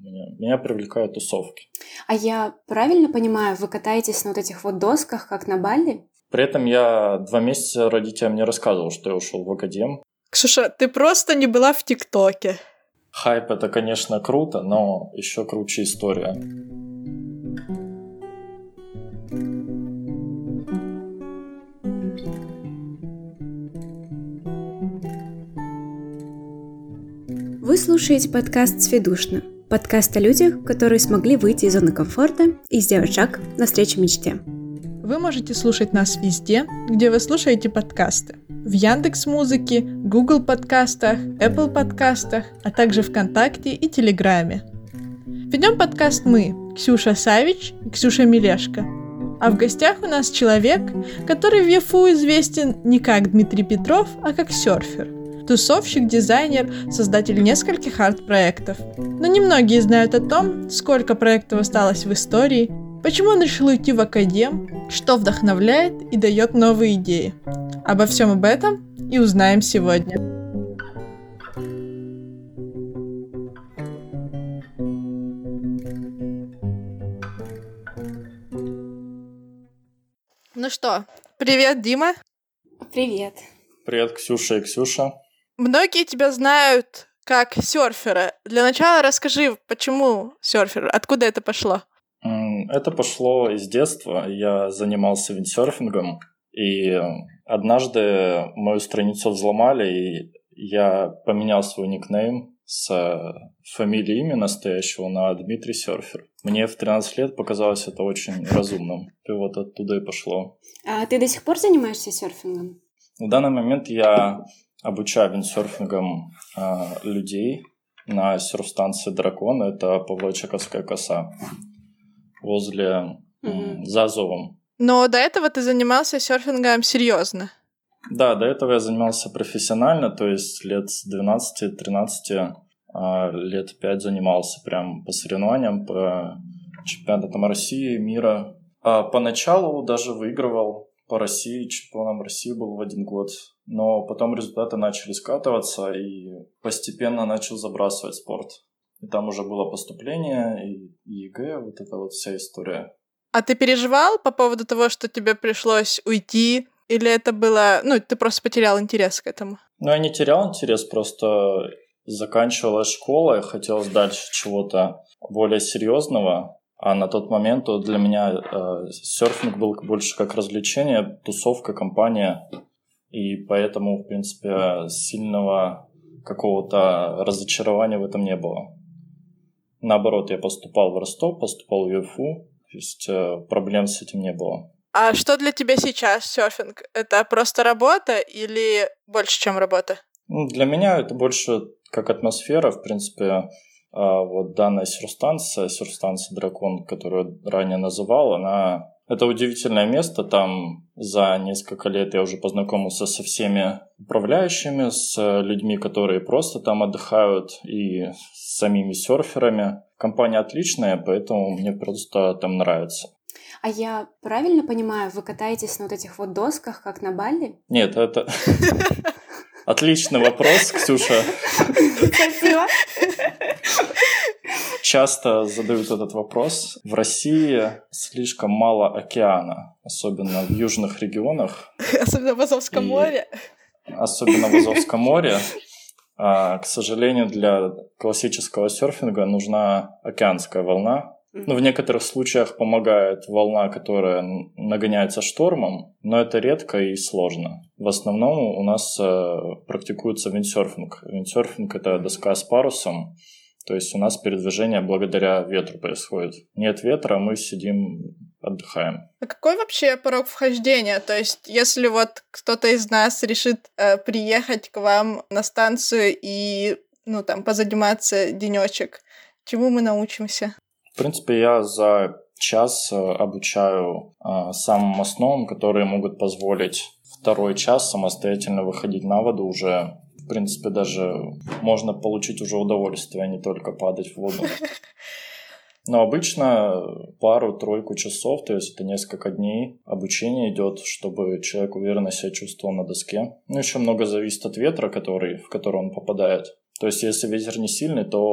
Меня привлекают тусовки. А я правильно понимаю, вы катаетесь на вот этих вот досках, как на Бали? При этом я 2 месяца родителям не рассказывал, что я ушел в академ. Ксюша, ты просто не была в ТикТоке. Хайп — это, конечно, круто, но еще круче история. Вы слушаете подкаст «Сведушно». Подкаст о людях, которые смогли выйти из зоны комфорта и сделать шаг навстречу мечте. Вы можете слушать нас везде, где вы слушаете подкасты. В Яндекс.Музыке, Google подкастах, Apple подкастах, а также ВКонтакте и Телеграме. Ведем подкаст мы, Ксюша Савич и Ксюша Мелешко. А в гостях у нас человек, который в ЕФУ известен не как Дмитрий Петров, а как серфер. Тусовщик, дизайнер, создатель нескольких арт-проектов. Но немногие знают о том, сколько проектов осталось в истории, почему он решил уйти в академ, что вдохновляет и дает новые идеи. Обо всем об этом и узнаем сегодня. Ну что, привет, Дима. Привет. Привет, Ксюша и Ксюша. Многие тебя знают как серфера. Для начала расскажи, почему серфер, откуда это пошло? Это пошло из детства. Я занимался виндсерфингом, и однажды мою страницу взломали, и я поменял свой никнейм с фамилией имя настоящего на Дмитрий Серфер. Мне в 13 лет показалось это очень разумным. И вот оттуда и пошло. А ты до сих пор занимаешься серфингом? В данный момент я обучаю виндсерфингом людей на серф-станции «Дракон». Это Павловичаковская коса возле за Азовом. Но до этого ты занимался серфингом серьезно? Да, до этого я занимался профессионально, то есть лет с 12-13, лет 5 занимался прям по соревнованиям, по чемпионатам России, мира. Поначалу даже выигрывал по России, чемпионом России был в 1 год. Но потом результаты начали скатываться, и постепенно начал забрасывать спорт. И там уже было поступление, и ЕГЭ, вот эта вот вся история. А ты переживал по поводу того, что тебе пришлось уйти? Или это было... ты просто потерял интерес к этому? Я не терял интерес, просто заканчивалась школа, я хотел дальше чего-то более серьезного. А на тот момент для меня серфинг был больше как развлечение, тусовка, компания. И поэтому, в принципе, сильного какого-то разочарования в этом не было. Наоборот, я поступал в Ростов, поступал в ЕФУ, то есть проблем с этим не было. А что для тебя сейчас серфинг? Это просто работа или больше, чем работа? Для меня это больше как атмосфера, в принципе. Вот данная серф-станция «Дракон», которую ранее называл, это удивительное место. Там за несколько лет я уже познакомился со всеми управляющими, с людьми, которые просто там отдыхают, и с самими серферами. Компания отличная, поэтому мне просто там нравится. А я правильно понимаю, вы катаетесь на вот этих вот досках, как на Бали? Нет, это... Отличный вопрос, Ксюша. Спасибо. Часто задают этот вопрос. В России слишком мало океана, особенно в южных регионах. Особенно в Азовском море. Особенно в Азовском море. К сожалению, для классического серфинга нужна океанская волна. В некоторых случаях помогает волна, которая нагоняется штормом, но это редко и сложно. В основном у нас практикуется виндсерфинг. Виндсерфинг — это доска с парусом, то есть у нас передвижение благодаря ветру происходит. Нет ветра, мы сидим, отдыхаем. А какой вообще порог вхождения? То есть если вот кто-то из нас решит приехать к вам на станцию и позаниматься денечек, чему мы научимся? В принципе, я за час обучаю самым основам, которые могут позволить 2 час самостоятельно выходить на воду уже. В принципе, даже можно получить уже удовольствие, а не только падать в воду. Но обычно 2-3 часов, то есть это несколько дней обучения идет, чтобы человек уверенно себя чувствовал на доске. Еще много зависит от ветра, в который он попадает. То есть если ветер не сильный, то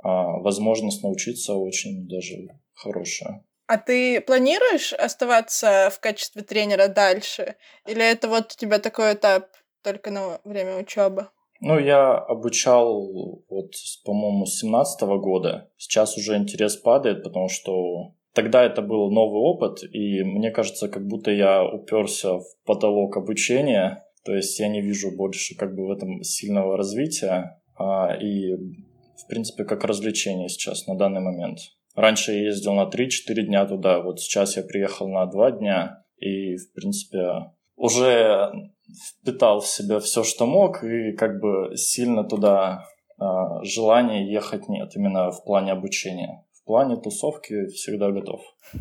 возможность научиться очень даже хорошая. А ты планируешь оставаться в качестве тренера дальше? Или это вот у тебя такой этап только на время учебы? Я обучал по-моему, с 17-го года. Сейчас уже интерес падает, потому что тогда это был новый опыт, и мне кажется, как будто я уперся в потолок обучения. То есть я не вижу больше в этом сильного развития. И, в принципе, как развлечение сейчас на данный момент. Раньше я ездил на 3-4 дня туда, вот сейчас я приехал на 2 дня, и, в принципе, уже впитал в себя все, что мог, и сильно туда желания ехать нет, именно в плане обучения. В плане тусовки всегда готов.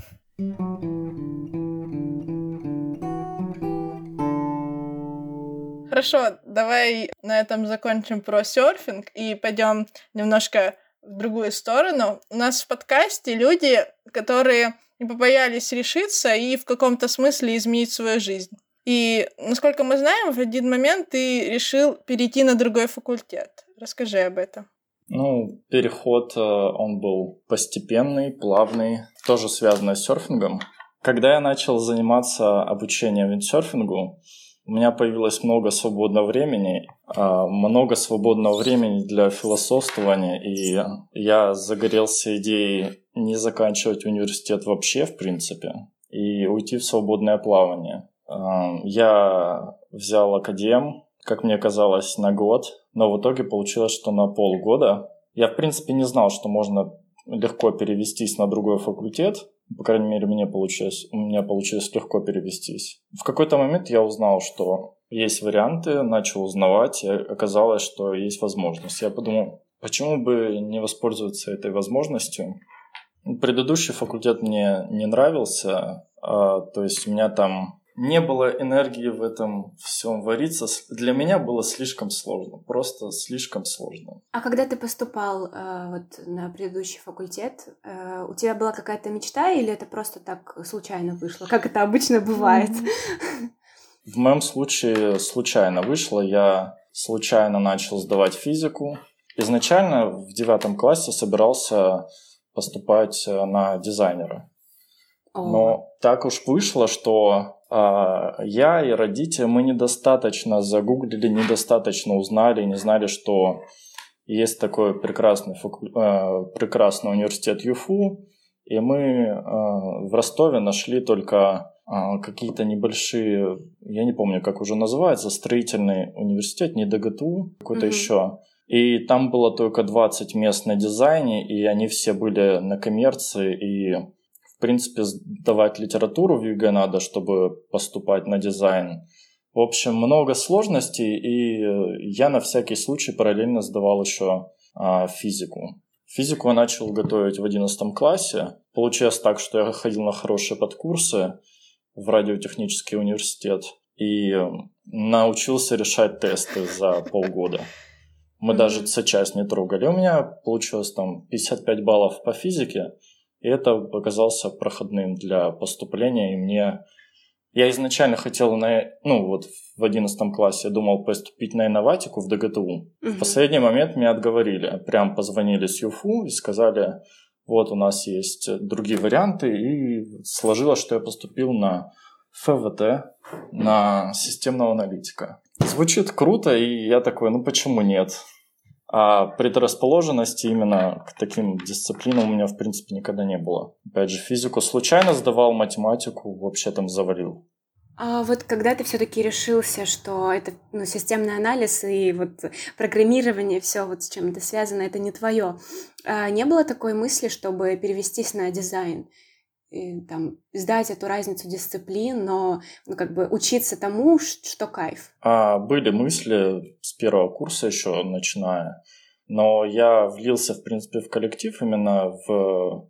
Хорошо, давай на этом закончим про серфинг и пойдем немножко в другую сторону. У нас в подкасте люди, которые не побоялись решиться и в каком-то смысле изменить свою жизнь. И, насколько мы знаем, в один момент ты решил перейти на другой факультет. Расскажи об этом. Переход, он был постепенный, плавный, тоже связанный с серфингом. Когда я начал заниматься обучением виндсерфингу, у меня появилось много свободного времени для философствования, и я загорелся идеей не заканчивать университет вообще, в принципе, и уйти в свободное плавание. Я взял академ, как мне казалось, на год, но в итоге получилось, что на полгода. Я, в принципе, не знал, что можно легко перевестись на другой факультет. По крайней мере, у меня получилось легко перевестись. В какой-то момент я узнал, что есть варианты, начал узнавать, и оказалось, что есть возможность. Я подумал, почему бы не воспользоваться этой возможностью? Предыдущий факультет мне не нравился, то есть у меня там не было энергии в этом всем вариться. Для меня было слишком сложно, просто слишком сложно. А когда ты поступал на предыдущий факультет, у тебя была какая-то мечта или это просто так случайно вышло, как это обычно бывает? В моем случае случайно вышло. Я случайно начал сдавать физику. Изначально в 9 классе собирался поступать на дизайнера. Но так уж вышло, что я и родители, мы недостаточно загуглили, недостаточно узнали, не знали, что есть такой прекрасный университет ЮФУ, и мы в Ростове нашли только какие-то небольшие, я не помню, как уже называется, строительный университет, не ДГТУ, какой-то еще. И там было только 20 мест на дизайне, и они все были на коммерции, и в принципе, сдавать литературу в ЕГЭ надо, чтобы поступать на дизайн. В общем, много сложностей, и я на всякий случай параллельно сдавал еще физику. Физику я начал готовить в 11 классе. Получилось так, что я ходил на хорошие подкурсы в радиотехнический университет и научился решать тесты за полгода. Мы даже С-часть не трогали. У меня получилось там 55 баллов по физике, и это оказался проходным для поступления. И я изначально хотел в 11 классе я думал поступить на инноватику в ДГТУ. В последний момент меня отговорили. Прям позвонили с ЮФУ и сказали, вот у нас есть другие варианты. И сложилось, что я поступил на ФВТ, на системного аналитика. Звучит круто, и я такой, почему нет? А предрасположенности именно к таким дисциплинам у меня, в принципе, никогда не было. Опять же, физику случайно сдавал, математику вообще там завалил. А вот когда ты все-таки решился, что это системный анализ и программирование, все с чем это связано, это не твое, не было такой мысли, чтобы перевестись на дизайн? И, сдать эту разницу дисциплин, но учиться тому, что кайф. Были мысли с первого курса еще начиная, но я влился, в принципе, в коллектив именно в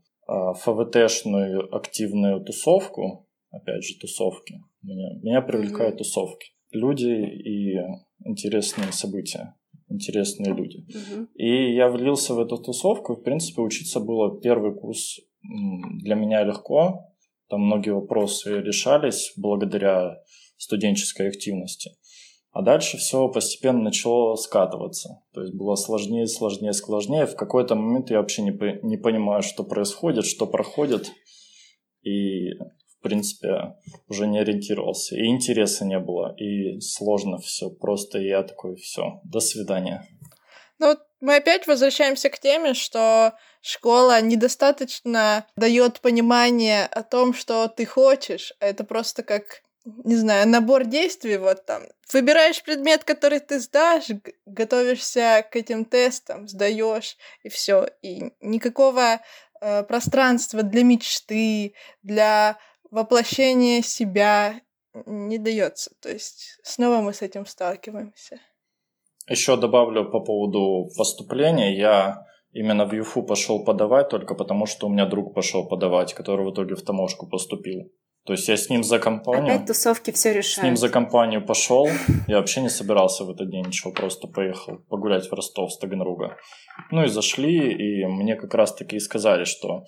ФВТшную активную тусовку, опять же, тусовки. Меня привлекают тусовки. Люди и интересные события, интересные люди. И я влился в эту тусовку, в принципе, учиться было первый курс для меня легко. Там многие вопросы решались благодаря студенческой активности. А дальше все постепенно начало скатываться. То есть было сложнее, сложнее, сложнее. В какой-то момент я вообще не понимаю, что происходит, что проходит. И, в принципе, уже не ориентировался. И интереса не было. И сложно все. Просто я такой, все, до свидания. Ну вот мы опять возвращаемся к теме, что школа недостаточно дает понимание о том, что ты хочешь. Это просто как, не знаю, набор действий. Вот там выбираешь предмет, который ты сдашь, готовишься к этим тестам, сдаешь, и все. И никакого пространства для мечты, для воплощения себя не дается. То есть снова мы с этим сталкиваемся. Еще добавлю по поводу поступления. Я именно в ЮФУ пошел подавать только потому, что у меня друг пошел подавать, который в итоге в таможку поступил. То есть я с ним за компанию... Опять тусовки все решают. С ним за компанию пошел. Я вообще не собирался в этот день ничего, просто поехал погулять в Ростов с Таганрога. Ну и зашли, и мне как раз-таки и сказали, что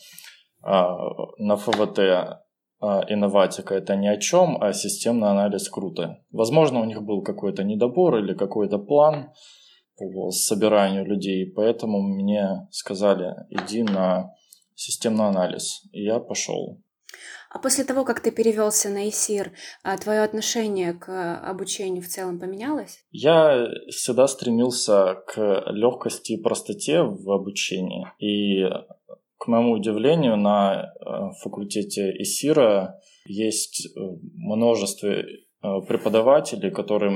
на ФВТ инноватика это ни о чем, а системный анализ круто. Возможно, у них был какой-то недобор или какой-то план по собиранию людей, поэтому мне сказали, иди на системный анализ. И я пошел. А после того, как ты перевелся на ИСИР, твое отношение к обучению в целом поменялось? Я всегда стремился к легкости и простоте в обучении. И, к моему удивлению, на факультете ИСИРа есть множество преподавателей,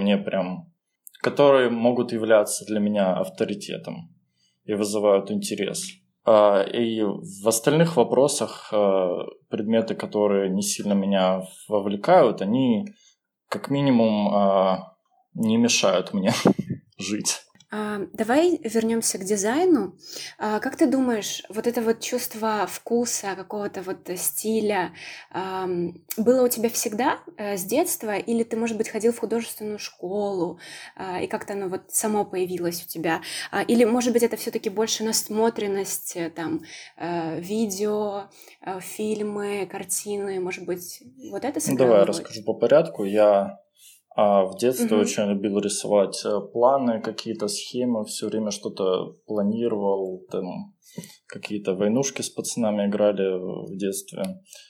которые могут являться для меня авторитетом и вызывают интерес. И в остальных вопросах предметы, которые не сильно меня вовлекают, они как минимум не мешают мне жить. Давай вернемся к дизайну. Как ты думаешь, вот это вот чувство вкуса, какого-то вот стиля было у тебя всегда с детства? Или ты, может быть, ходил в художественную школу, и как-то оно вот само появилось у тебя? Или, может быть, это все-таки больше насмотренность, там, видео, фильмы, картины, может быть, вот это сыграло? Давай я расскажу по порядку. Я в детстве очень любил рисовать планы, какие-то схемы, все время что-то планировал, там какие-то войнушки с пацанами играли в детстве.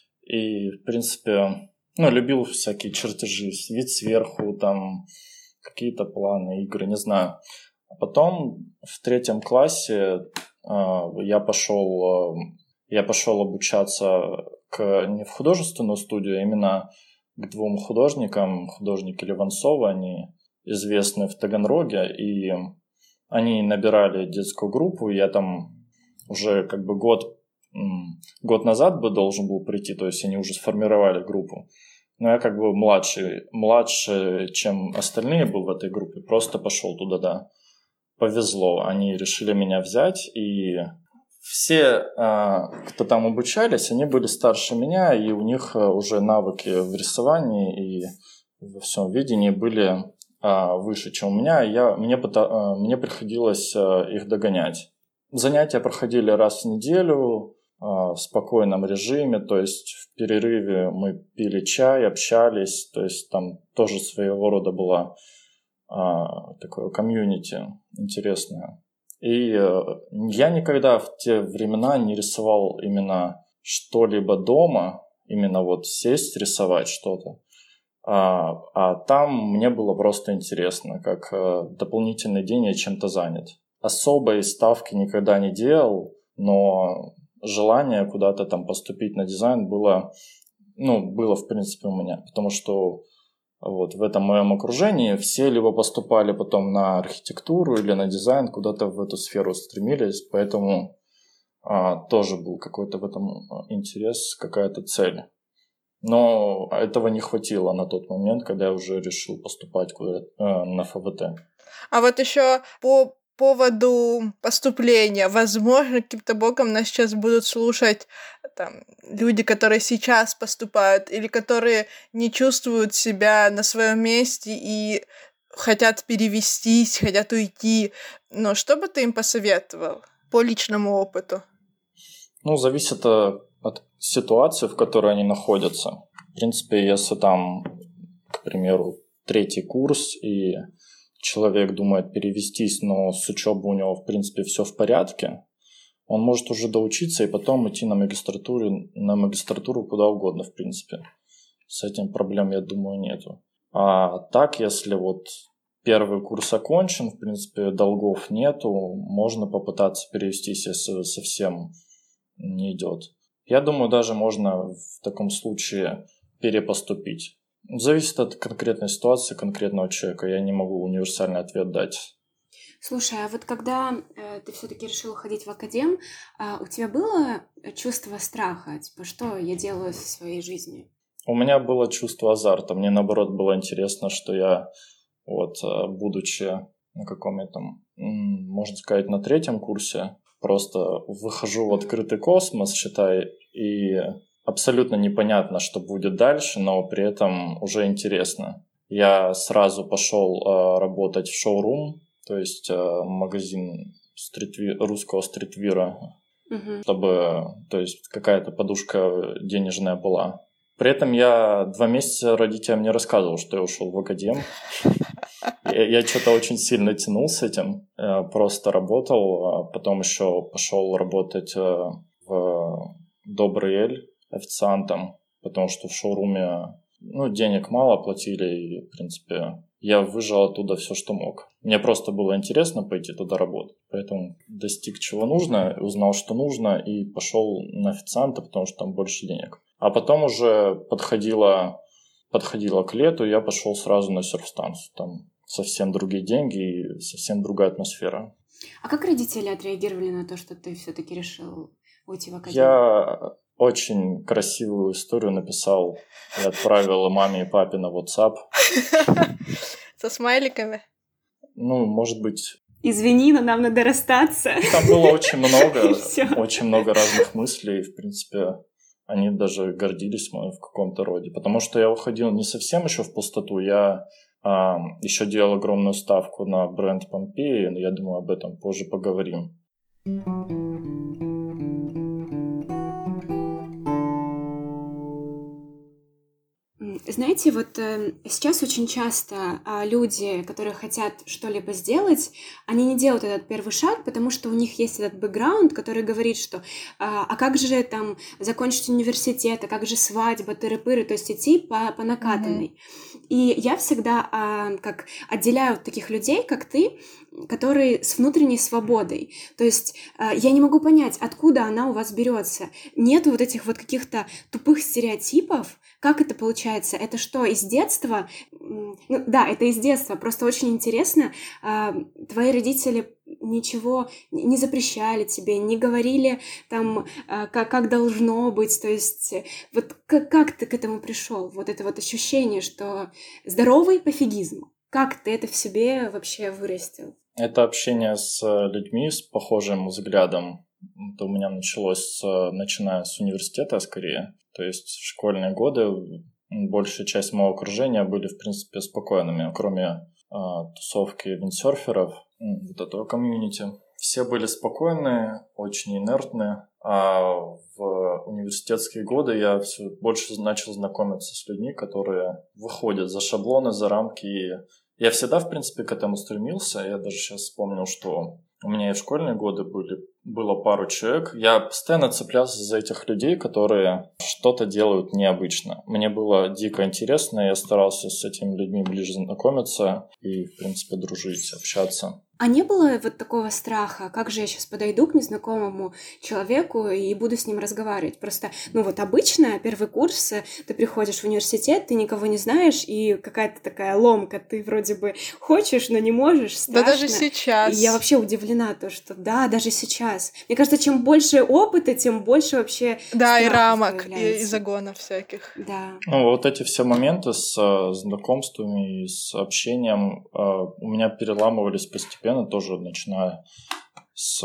И, в принципе, любил всякие чертежи, вид сверху, там какие-то планы, игры, не знаю. А потом в 3 классе я пошел обучаться не в художественную студию, а именно к 2 художникам, художники Ливанцова, они известны в Таганроге, и они набирали детскую группу, я там уже как бы год назад бы должен был прийти, то есть они уже сформировали группу, но я как бы младше, чем остальные был в этой группе, просто пошел туда, да. Повезло, они решили меня взять, и все, кто там обучались, они были старше меня, и у них уже навыки в рисовании и во всем видении были выше, чем у меня. Мне приходилось их догонять. Занятия проходили раз в неделю в спокойном режиме, то есть в перерыве мы пили чай, общались, то есть там тоже своего рода была такое комьюнити интересное. И я никогда в те времена не рисовал именно что-либо дома, именно вот сесть, рисовать что-то. А там мне было просто интересно, как дополнительный день я чем-то занят. Особой ставки никогда не делал, но желание куда-то там поступить на дизайн было в принципе у меня, потому что вот в этом моем окружении все либо поступали потом на архитектуру или на дизайн, куда-то в эту сферу стремились, поэтому тоже был какой-то в этом интерес, какая-то цель. Но этого не хватило на тот момент, когда я уже решил поступать на ФВТ. А вот еще по поводу поступления. Возможно, каким-то боком нас сейчас будут слушать там, люди, которые сейчас поступают, или которые не чувствуют себя на своем месте и хотят перевестись, хотят уйти. Но что бы ты им посоветовал по личному опыту? Зависит от ситуации, в которой они находятся. В принципе, если там, к примеру, 3-й курс, и человек думает перевестись, но с учебой у него, в принципе, все в порядке, он может уже доучиться и потом идти на магистратуру куда угодно, в принципе. С этим проблем, я думаю, нету. А так, если вот 1-й курс окончен, в принципе, долгов нету, можно попытаться перевестись, если совсем не идет. Я думаю, даже можно в таком случае перепоступить. Зависит от конкретной ситуации, конкретного человека. Я не могу универсальный ответ дать. Слушай, а вот когда ты все-таки решил уходить в академ, у тебя было чувство страха? Типа, что я делаю со своей жизнью? У меня было чувство азарта. Мне, наоборот, было интересно, что я, вот, будучи на каком я там, можно сказать, на 3-м курсе, просто выхожу в открытый космос, считай, и абсолютно непонятно, что будет дальше, но при этом уже интересно. Я сразу пошел работать в шоурум, то есть магазин русского стритвира, чтобы, то есть, какая-то подушка денежная была. При этом я 2 месяца родителям не рассказывал, что я ушел в академ. Я что-то очень сильно тянул с этим, просто работал, а потом еще пошел работать в Добрый Эль официантом, потому что в шоуруме денег мало платили, и, в принципе, я выжал оттуда все, что мог. Мне просто было интересно пойти туда работать, поэтому достиг чего нужно, узнал, что нужно, и пошел на официанта, потому что там больше денег. А потом уже подходило к лету, я пошел сразу на серф-станцию. Там совсем другие деньги и совсем другая атмосфера. А как родители отреагировали на то, что ты все-таки решил уйти в академию? Я очень красивую историю написал и отправил маме и папе на WhatsApp. Со смайликами? Может быть... Извини, но нам надо расстаться. Там было очень много разных мыслей, в принципе... Они даже гордились мной в каком-то роде. Потому что я уходил не совсем еще в пустоту. Я еще делал огромную ставку на бренд Помпеи. Я думаю, об этом позже поговорим. Знаете, вот сейчас очень часто люди, которые хотят что-либо сделать, они не делают этот первый шаг, потому что у них есть этот бэкграунд, который говорит, что а как же там закончить университет, а как же свадьба, тыры-пыры, то есть идти по накатанной. И я всегда как отделяю таких людей, как ты, которые с внутренней свободой. То есть я не могу понять, откуда она у вас берется. Нету вот этих вот каких-то тупых стереотипов. Как это получается? Это что, из детства? Да, это из детства. Просто очень интересно. Твои родители ничего не запрещали тебе, не говорили там, как должно быть. То есть вот как ты к этому пришел? Вот это вот ощущение, что здоровый пофигизм. Как ты это в себе вообще вырастил? Это общение с людьми с похожим взглядом. Это у меня началось начиная с университета скорее. То есть школьные годы, большая часть моего окружения были, в принципе, спокойными, кроме тусовки виндсерферов, вот этого комьюнити. Все были спокойные, очень инертные, а в университетские годы я все больше начал знакомиться с людьми, которые выходят за шаблоны, за рамки. И я всегда, в принципе, к этому стремился. Я даже сейчас вспомнил, что у меня и в школьные годы было пару человек. Я постоянно цеплялся за этих людей, которые что-то делают необычно. Мне было дико интересно, я старался с этими людьми ближе знакомиться и, в принципе, дружить, общаться. А не было вот такого страха, как же я сейчас подойду к незнакомому человеку и буду с ним разговаривать? Просто, вот обычно первый курс, ты приходишь в университет, ты никого не знаешь, и какая-то такая ломка, ты вроде бы хочешь, но не можешь, страшно. Да даже сейчас. И я вообще удивлена, что да, даже сейчас. Мне кажется, чем больше опыта, тем больше вообще да, и рамок, появляется. и загонов всяких. Да. Вот эти все моменты с знакомствами и с общением у меня переламывались постепенно, тоже начиная с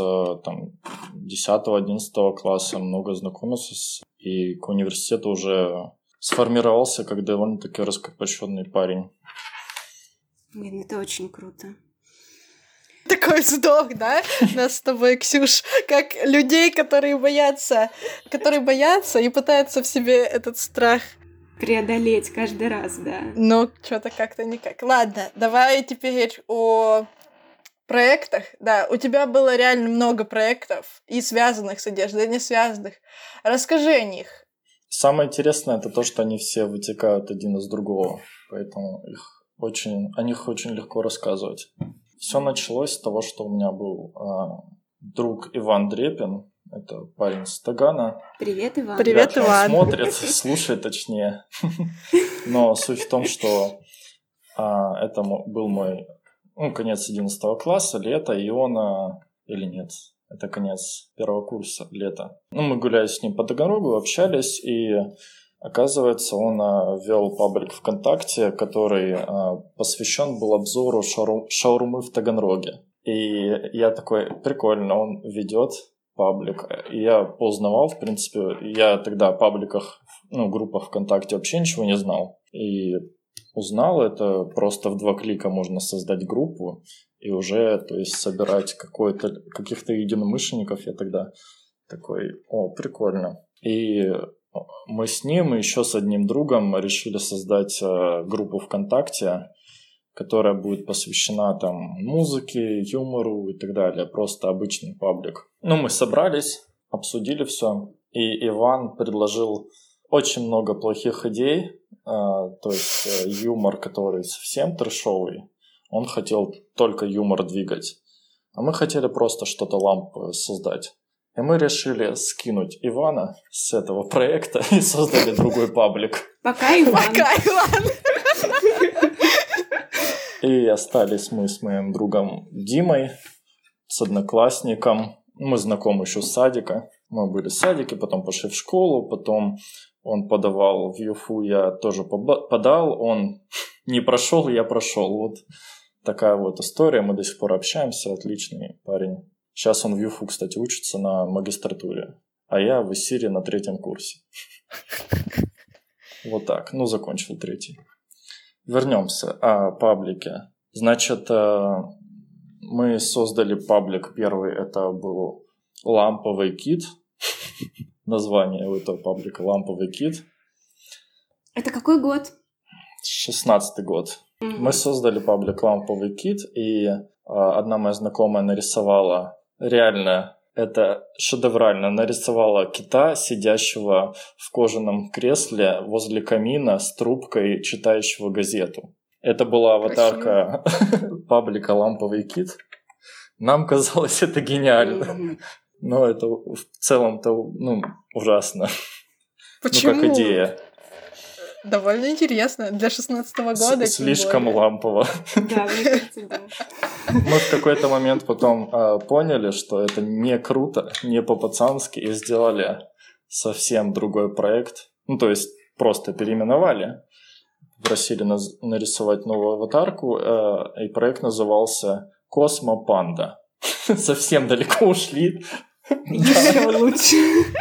10-11 класса, много знакомился, и к университету уже сформировался как довольно-таки раскрепощенный парень. Блин, это очень круто. Такой вздох, да? Нас с тобой, Ксюш, как людей, которые боятся и пытаются в себе этот страх преодолеть каждый раз, да. Ну, что-то как-то никак. Ладно, давай теперь о проектах. Да, у тебя было реально много проектов, и связанных с одеждой, и не связанных. Расскажи о них. Самое интересное это то, что они все вытекают один из другого, поэтому о них очень легко рассказывать. Все началось с того, что у меня был друг Иван Дрепин, это парень из Тагана. Привет, Иван. Привет, Иван. Он смотрит, слушает точнее. Но суть в том, что это был мой конец 11 класса, лето, и он... Или нет, это конец первого курса, лето. Мы гуляли с ним по Таганрогу, общались, и оказывается, он вел паблик ВКонтакте, который посвящен был обзору шаурмы в Таганроге. И я такой, прикольно, он ведет паблик. И я поузнавал, в принципе, я тогда о пабликах, группах ВКонтакте вообще ничего не знал. И узнал, это просто в 2 клика можно создать группу и уже, то есть, собирать каких-то единомышленников. Я тогда такой, прикольно. И мы с ним и еще с одним другом решили создать группу ВКонтакте, которая будет посвящена там музыке, юмору и так далее. Просто обычный паблик. Мы собрались, обсудили все, и Иван предложил очень много плохих идей, то есть юмор, который совсем трэшовый, он хотел только юмор двигать. А мы хотели просто что-то ламповое создать. И мы решили скинуть Ивана с этого проекта и создали другой паблик. Пока, Иван. И остались мы с моим другом Димой, с одноклассником. Мы знакомы еще с садика. Мы были в садике, потом пошли в школу, потом он подавал в ЮФУ, я тоже подал. Он не прошел, я прошел. Вот такая вот история. Мы до сих пор общаемся. Отличный парень. Сейчас он в ЮФУ, кстати, учится на магистратуре. А я в ИСИРе на 3 курсе. Вот так. Закончил 3. Вернемся о паблике. Значит, мы создали паблик первый. Это был «Ламповый кит». Название у этого паблика «Ламповый кит». Это какой год? 16-й год. Мы создали паблик «Ламповый кит», и одна моя знакомая нарисовала, реально, это шедеврально, нарисовала кита, сидящего в кожаном кресле возле камина с трубкой, читающего газету. Это была аватарка паблика «Ламповый кит». Нам казалось это гениально. Но это в целом-то, ужасно. Почему? Как идея. Довольно интересно. Для 16-го года. Слишком лампово. Да, мне кажется, да. Мы в какой-то момент потом поняли, что это не круто, не по-пацански, и сделали совсем другой проект. То есть просто переименовали, просили нарисовать новую аватарку, и проект назывался «Космопанда». Совсем далеко ушли. Еще лучше.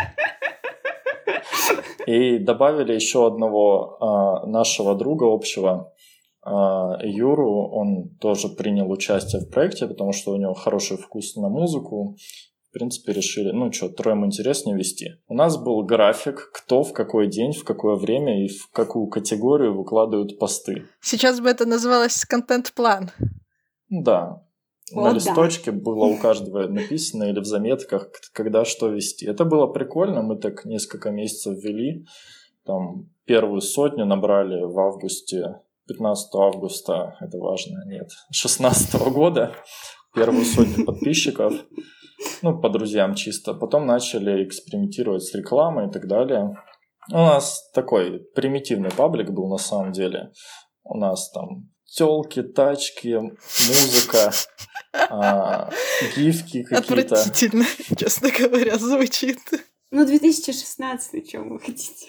И добавили еще одного нашего друга общего, Юру. Он тоже принял участие в проекте, потому что у него хороший вкус на музыку. В принципе, решили, 3 интереснее вести. У нас был график, кто в какой день, в какое время и в какую категорию выкладывают посты. Сейчас бы это называлось контент-план. Да. На листочке было у каждого написано или в заметках, когда что вести. Это было прикольно, мы так несколько месяцев вели. Там первую 100 набрали в августе, 15 августа, это важно, нет, 16 года. Первую 100 подписчиков, по друзьям чисто. Потом начали экспериментировать с рекламой и так далее. У нас такой примитивный паблик был на самом деле. У нас там тёлки, тачки, музыка, гифки какие-то. Отвратительно, честно говоря, звучит. 2016, что вы хотите?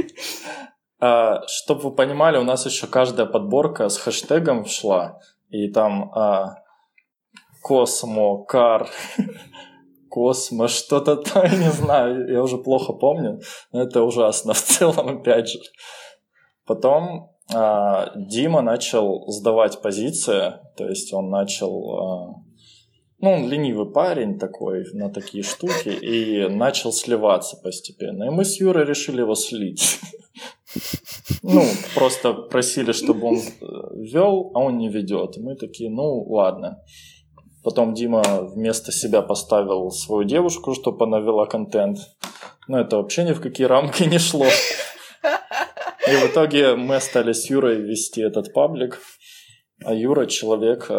Чтобы вы понимали, у нас еще каждая подборка с хэштегом шла, и там Космо, Кар, Космо, что-то там, я не знаю, я уже плохо помню, но это ужасно в целом, опять же. Потом Дима начал сдавать позиции, то есть он начал... он ленивый парень такой на такие штуки, и начал сливаться постепенно. И мы с Юрой решили его слить. Ну, просто просили, чтобы он вел, а он не ведет. И мы такие, ну, ладно. Потом Дима вместо себя поставил свою девушку, чтобы она вела контент. Но это вообще ни в какие рамки не шло. И в итоге мы остались с Юрой вести этот паблик. А Юра человек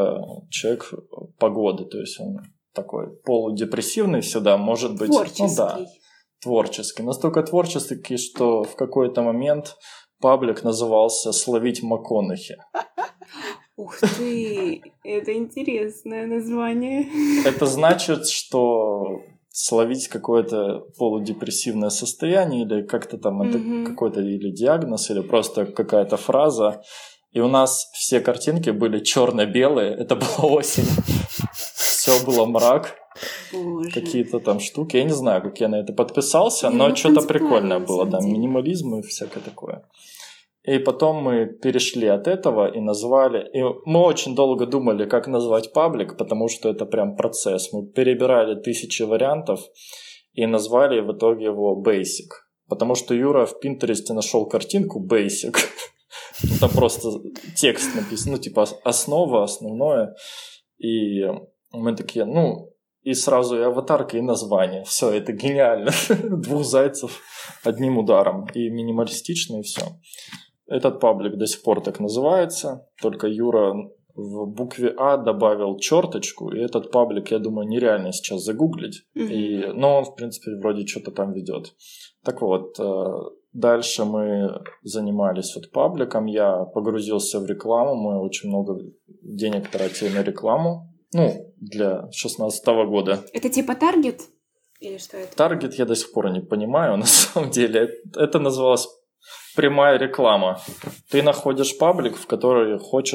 погоды. То есть он такой полудепрессивный всегда, может быть. Творческий. Ну да, творческий. Настолько творческий, что в какой-то момент паблик назывался «Словить МакКонахи». Ух ты, это интересное название. Это значит, что словить какое-то полудепрессивное состояние или как-то там это какой-то или диагноз, или просто какая-то фраза. И у нас все картинки были черно-белые. Это была осень. Все было мрак. Боже. Какие-то там штуки. Я не знаю, как я на это подписался, но что-то прикольное было. Да, минимализм и всякое такое. И потом мы перешли от этого и назвали... И мы очень долго думали, как назвать паблик, потому что это прям процесс. Мы перебирали 1000 вариантов и назвали в итоге его Basic. Потому что Юра в Пинтересте нашел картинку Basic. Там просто текст написан, ну типа основа, основное. И мы такие, ну... И сразу и аватарка, и название. Все, это гениально. 2 зайцев одним ударом. И минималистично, и все. Этот паблик до сих пор так называется, только Юра в букве А добавил черточку, и этот паблик, я думаю, нереально сейчас загуглить. Но он, в принципе, вроде что-то там ведет. Так вот, дальше мы занимались вот пабликом, я погрузился в рекламу, мы очень много денег тратили на рекламу, ну, для 2016 года. Это типа таргет? Или что это? Таргет я до сих пор не понимаю, на самом деле. Это называлось прямая реклама. Ты находишь паблик, в котором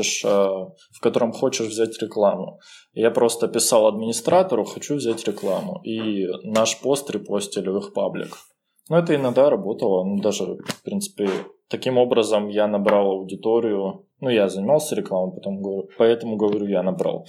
хочешь взять рекламу. Я просто писал администратору, хочу взять рекламу. И наш пост репостили в их паблик. Но это иногда работало. Ну, даже, в принципе, таким образом я набрал аудиторию. Ну, я занимался рекламой, поэтому говорю, я набрал.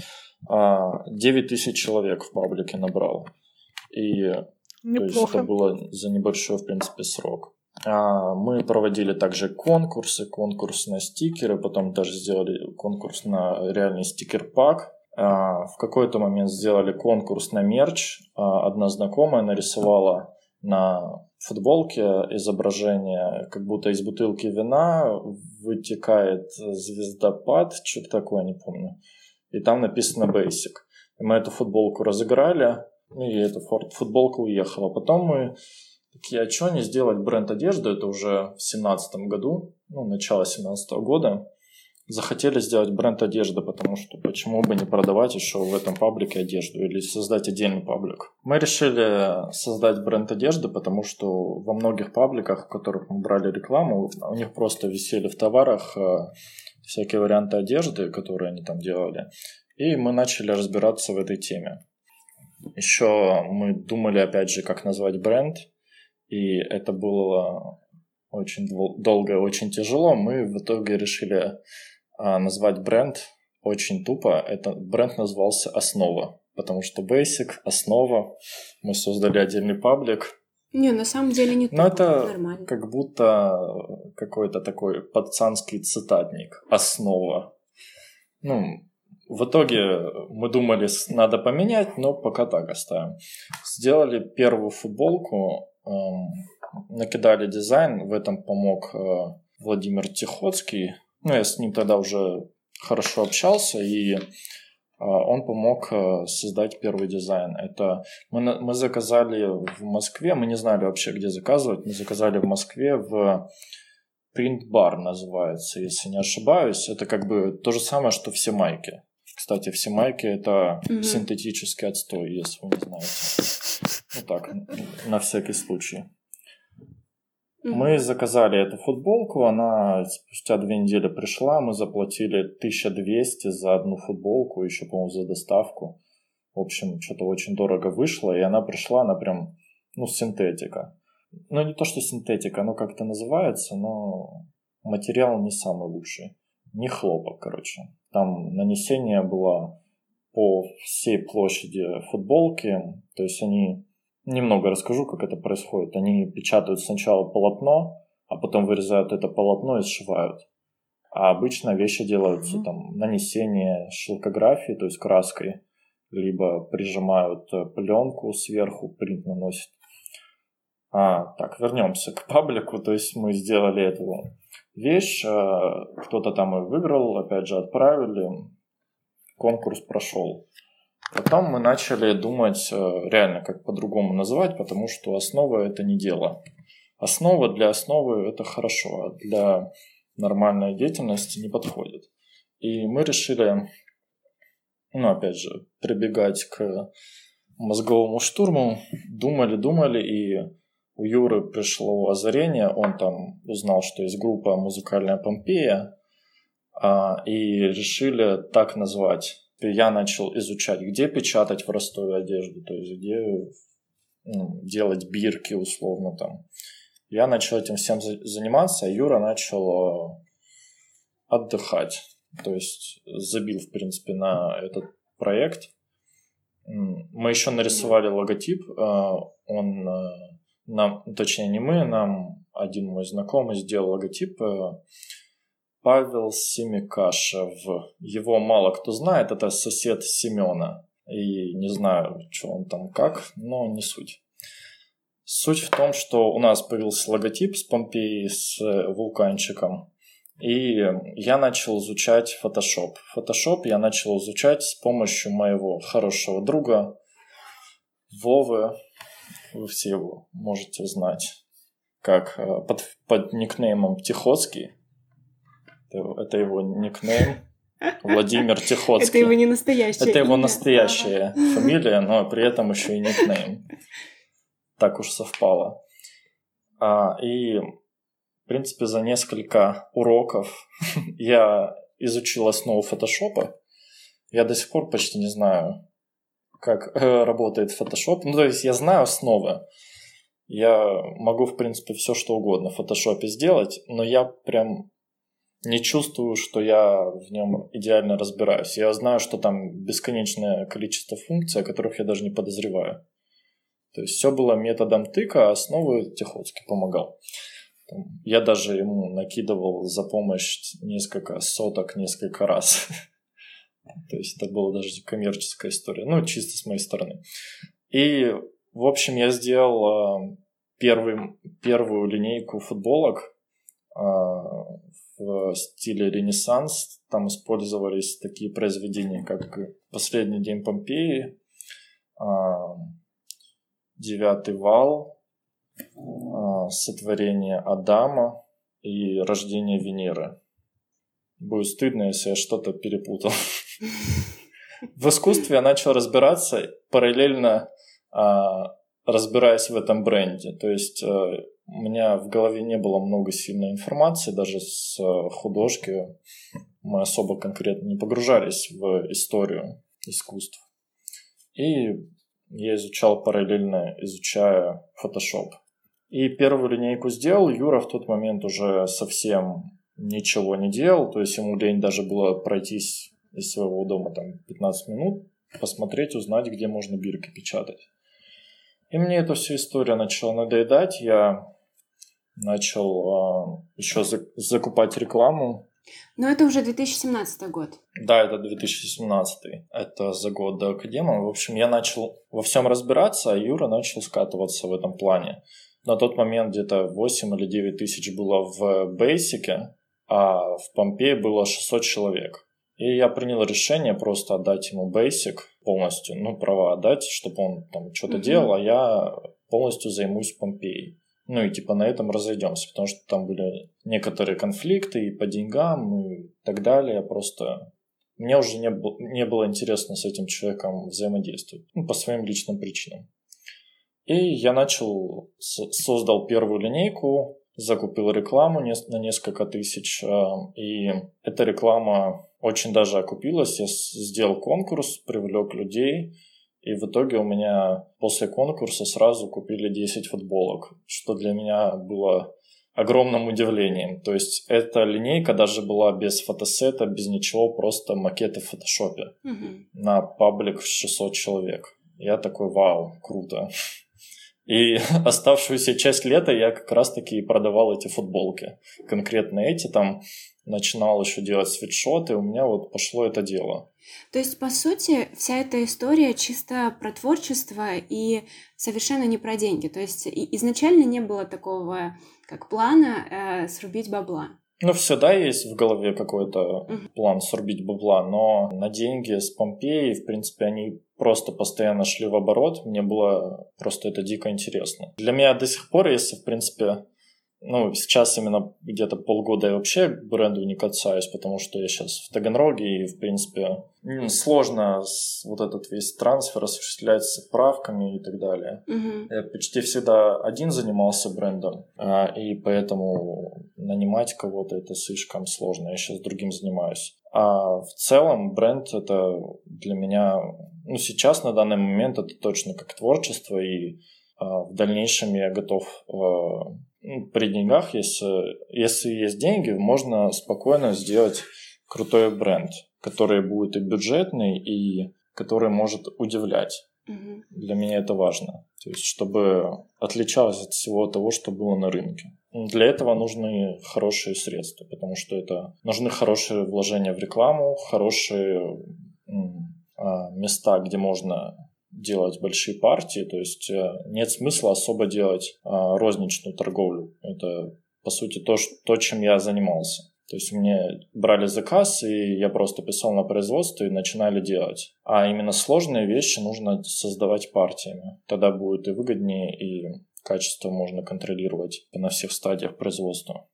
9000 человек в паблике набрал. И то есть это было за небольшой, в принципе, срок. Мы проводили также конкурс на стикеры, потом даже сделали конкурс на реальный стикер-пак. В какой-то момент сделали конкурс на мерч. Одна знакомая нарисовала на футболке изображение, как будто из бутылки вина вытекает звездопад, что-то такое, не помню. И там написано Basic. И мы эту футболку разыграли, и эта футболка уехала. Потом мы такие, а что не сделать бренд одежды? Это уже в 2017 году, начало 2017 года. Захотели сделать бренд одежды, потому что почему бы не продавать еще в этом паблике одежду или создать отдельный паблик. Мы решили создать бренд одежды, потому что во многих пабликах, в которых мы брали рекламу, у них просто висели в товарах всякие варианты одежды, которые они там делали. И мы начали разбираться в этой теме. Еще мы думали, опять же, как назвать бренд. И это было очень долго и очень тяжело. Мы в итоге решили назвать бренд очень тупо. Этот бренд назывался «Основа». Потому что Basic, «Основа». Мы создали отдельный паблик. Не, на самом деле не тупо. Но это нормально. Как будто какой-то такой пацанский цитатник. «Основа». В итоге мы думали, надо поменять, но пока так оставим. Сделали первую футболку, накидали дизайн, в этом помог Владимир Тихоцкий. Я с ним тогда уже хорошо общался, и он помог создать первый дизайн. Это мы заказали в Москве, мы не знали вообще, где заказывать, мы заказали в Москве в Print Bar называется, если не ошибаюсь. Это как бы то же самое, что все майки. Кстати, все майки это синтетический отстой, если вы не знаете. Так, на всякий случай. Мы заказали эту футболку, она спустя 2 недели пришла, мы заплатили 1200 за одну футболку, еще, по-моему, за доставку. В общем, что-то очень дорого вышло, и она пришла, она прям, синтетика. Не то, что синтетика, оно как-то называется, но материал не самый лучший. Не хлопок, короче. Там нанесение было по всей площади футболки, то есть они... Немного расскажу, как это происходит. Они печатают сначала полотно, а а потом вырезают это полотно и сшивают. А обычно вещи делаются там нанесение шелкографии, то есть краской, либо прижимают пленку сверху, принт наносят. Так, вернемся к паблику. То есть мы сделали эту вещь, кто-то там и выиграл, опять же отправили, конкурс прошел. Потом мы начали думать реально, как по-другому называть, потому что основа – это не дело. Основа для основы – это хорошо, а для нормальной деятельности не подходит. И мы решили, опять же, прибегать к мозговому штурму. Думали, и у Юры пришло озарение. Он там узнал, что есть группа «Музыкальная Помпея», и решили так назвать. Я начал изучать, где печатать в Ростове одежду, то есть где делать бирки условно там. Я начал этим всем заниматься, а Юра начал отдыхать. То есть забил, в принципе, на этот проект. Мы еще нарисовали логотип. Точнее, не мы, нам один мой знакомый сделал логотип. Павел Семикашев. Его мало кто знает, это сосед Семена. И не знаю, что он там как, но не суть. Суть в том, что у нас появился логотип с Помпеей, с вулканчиком. И я начал изучать Photoshop. Photoshop я начал изучать с помощью моего хорошего друга Вовы. Вы все его можете знать. Как под никнеймом Тихоцкий. Это его никнейм. Владимир Тихоцкий. Это его не настоящее Это его имя. настоящая фамилия, но при этом еще и никнейм. Так уж совпало. И, в принципе, за несколько уроков я изучил основу фотошопа. Я до сих пор почти не знаю, как работает Photoshop. То есть я знаю основы. Я могу, в принципе, все что угодно в фотошопе сделать, но я прям не чувствую, что я в нем идеально разбираюсь. Я знаю, что там бесконечное количество функций, о которых я даже не подозреваю. То есть все было методом тыка, а основы Тихоцкий помогал. Я даже ему накидывал за помощь несколько соток несколько раз. То есть это была даже коммерческая история. Чисто с моей стороны. И, в общем, я сделал первую линейку футболок в стиле Ренессанс. Там использовались такие произведения, как «Последний день Помпеи», «Девятый вал», «Сотворение Адама» и «Рождение Венеры». Будет стыдно, если я что-то перепутал. В искусстве я начал разбираться, параллельно разбираясь в этом бренде. То есть у меня в голове не было много сильной информации, даже с художки мы особо конкретно не погружались в историю искусств. И я изучал параллельно, изучая Photoshop. И первую линейку сделал. Юра в тот момент уже совсем ничего не делал. То есть ему лень даже было пройтись из своего дома 15 минут, посмотреть, узнать, где можно бирки печатать. И мне эта вся история начала надоедать. Я начал еще закупать рекламу. Но это уже 2017 год. Да, это 2017. Это за год до академии. В общем, я начал во всем разбираться, а Юра начал скатываться в этом плане. На тот момент где-то 8 или 9 тысяч было в Basic, а в Помпее было 600 человек. И я принял решение просто отдать ему Basic полностью, права отдать, чтобы он там что-то делал, а я полностью займусь Помпеей. И на этом разойдемся, потому что там были некоторые конфликты и по деньгам и так далее. Просто мне уже не было интересно с этим человеком взаимодействовать, по своим личным причинам. И я создал первую линейку, закупил рекламу на несколько тысяч, и эта реклама очень даже окупилась. Я сделал конкурс, привлек людей, и в итоге у меня после конкурса сразу купили 10 футболок, что для меня было огромным удивлением. То есть эта линейка даже была без фотосета, без ничего, просто макеты в фотошопе на паблик в 600 человек. Я такой, вау, круто. И оставшуюся часть лета я как раз-таки продавал эти футболки. Конкретно эти, там начинал еще делать свитшоты, у меня вот пошло это дело. То есть, по сути, вся эта история чисто про творчество и совершенно не про деньги. То есть изначально не было такого, как плана срубить бабла. Ну, всегда есть в голове какой-то план срубить бабла, но на деньги с Помпеи, в принципе, они просто постоянно шли в оборот. Мне было просто это дико интересно. Для меня до сих пор, если, в принципе, ну, сейчас именно где-то полгода я вообще к бренду не касаюсь, потому что я сейчас в Таганроге, и, в принципе, сложно вот этот весь трансфер осуществлять с отправками и так далее. Я почти всегда один занимался брендом, и поэтому нанимать кого-то это слишком сложно. Я сейчас другим занимаюсь. А в целом бренд это для меня, ну, сейчас на данный момент это точно как творчество, и в дальнейшем я готов... при деньгах, если есть деньги, можно спокойно сделать крутой бренд, который будет и бюджетный, и который может удивлять. Для меня это важно. То есть, чтобы отличалось от всего того, что было на рынке. Для этого нужны хорошие средства, потому что это нужны хорошие вложения в рекламу, хорошие места, где можно делать большие партии, то есть нет смысла особо делать розничную торговлю. Это, по сути, то, чем я занимался. То есть мне брали заказ, и я просто писал на производство и начинали делать. А именно сложные вещи нужно создавать партиями. Тогда будет и выгоднее, и качество можно контролировать на всех стадиях производства.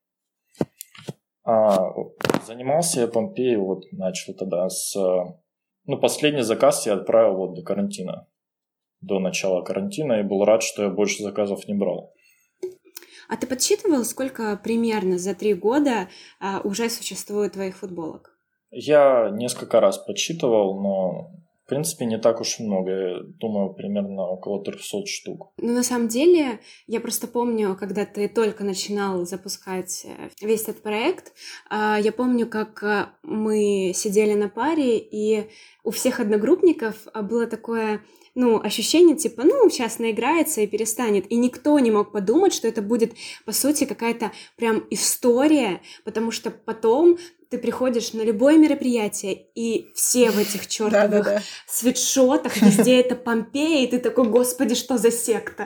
Занимался я Помпеей, вот начал тогда с... Ну, последний заказ я отправил вот до карантина. До начала карантина, и был рад, что я больше заказов не брал. А ты подсчитывал, сколько примерно за 3 года уже существует твоих футболок? Я несколько раз подсчитывал, но в принципе не так уж и много. Я думаю, примерно около 300 штук. Ну, на самом деле, я просто помню, когда ты только начинал запускать весь этот проект, я помню, как мы сидели на паре, и у всех одногруппников было такое... ощущение типа, сейчас наиграется и перестанет. И никто не мог подумать, что это будет, по сути, какая-то прям история, потому что потом ты приходишь на любое мероприятие, и все в этих чертовых свитшотах, везде это Помпея, и ты такой, господи, что за секта?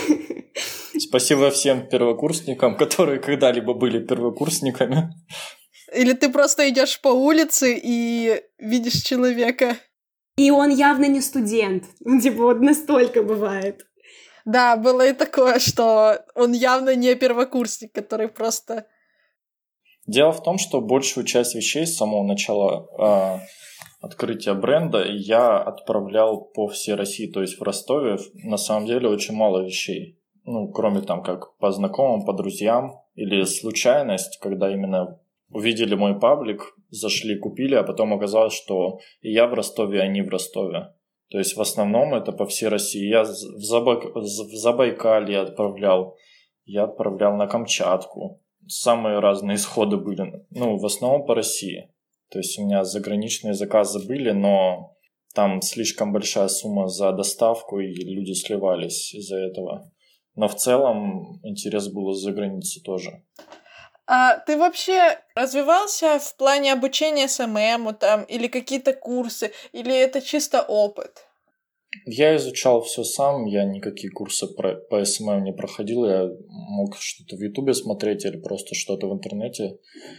Спасибо всем первокурсникам, которые когда-либо были первокурсниками. Или ты просто идешь по улице и видишь человека... И он явно не студент. Вот настолько бывает. Да, было и такое, что он явно не первокурсник, который просто... Дело в том, что большую часть вещей с самого начала открытия бренда я отправлял по всей России. То есть в Ростове на самом деле очень мало вещей. Кроме там как по знакомым, по друзьям. Или случайность, когда именно... увидели мой паблик, зашли, купили, а потом оказалось, что и я в Ростове, и они в Ростове. То есть в основном это по всей России. Я в Забайкалье отправлял, я отправлял на Камчатку. Самые разные исходы были. В основном по России. То есть у меня заграничные заказы были, но там слишком большая сумма за доставку, и люди сливались из-за этого. Но в целом интерес был из-за границы тоже. А ты вообще развивался в плане обучения СММу там, или какие-то курсы, или это чисто опыт? Я изучал все сам, я никакие курсы по СММ не проходил, я мог что-то в Ютубе смотреть или просто что-то в интернете.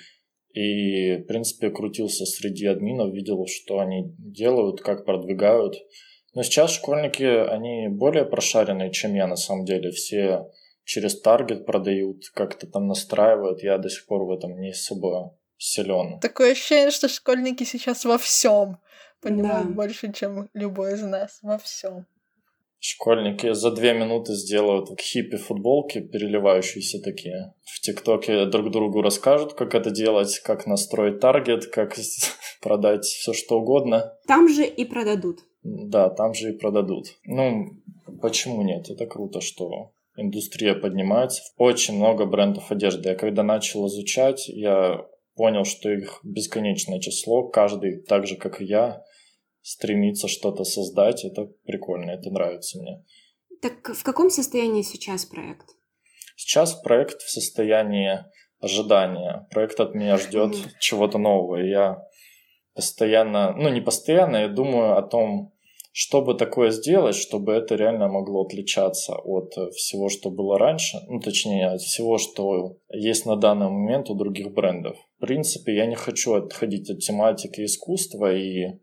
И, в принципе, крутился среди админов, видел, что они делают, как продвигают. Но сейчас школьники, они более прошаренные, чем я на самом деле. Все через таргет продают, как-то там настраивают. Я до сих пор в этом не особо силен. Такое ощущение, что школьники сейчас во всем понимают больше, чем любой из нас. Во всем. Школьники за 2 минуты сделают хиппи-футболки, переливающиеся такие. В ТикТоке друг другу расскажут, как это делать, как настроить таргет, как продать все что угодно. Там же и продадут. Да, там же и продадут. Почему нет? Это круто, что индустрия поднимается. Очень много брендов одежды. Я когда начал изучать, я понял, что их бесконечное число. Каждый, так же, как и я, стремится что-то создать. Это прикольно, это нравится мне. Так в каком состоянии сейчас проект? Сейчас проект в состоянии ожидания. Проект от меня ждет чего-то нового. И я постоянно, не постоянно, я думаю о том, что бы такое сделать, чтобы это реально могло отличаться от всего, что было раньше, точнее, от всего, что есть на данный момент у других брендов. В принципе, я не хочу отходить от тематики искусства, и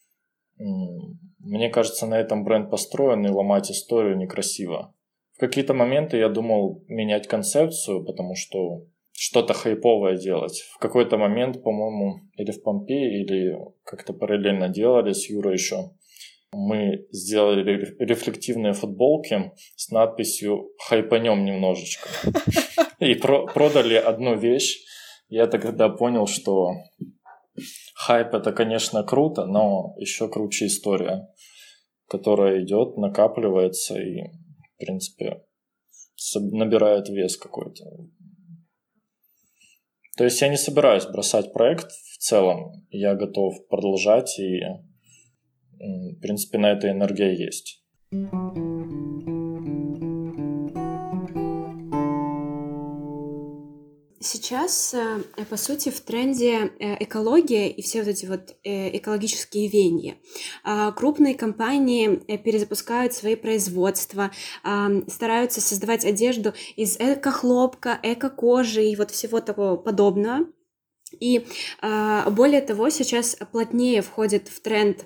мне кажется, на этом бренд построен, и ломать историю некрасиво. В какие-то моменты я думал менять концепцию, потому что что-то хайповое делать. В какой-то момент, по-моему, или в Помпеи, или как-то параллельно делали с Юрой еще, мы сделали рефлективные футболки с надписью «Хайпанем немножечко». И продали одну вещь. Я тогда понял, что хайп – это, конечно, круто, но еще круче история, которая идет, накапливается и, в принципе, набирает вес какой-то. То есть я не собираюсь бросать проект в целом. Я готов продолжать, и, в принципе, на это энергия есть. Сейчас, по сути, в тренде экология и все вот эти вот экологические веяния. Крупные компании перезапускают свои производства, стараются создавать одежду из эко-хлопка, эко-кожи и вот всего такого подобного. И более того, сейчас плотнее входит в тренд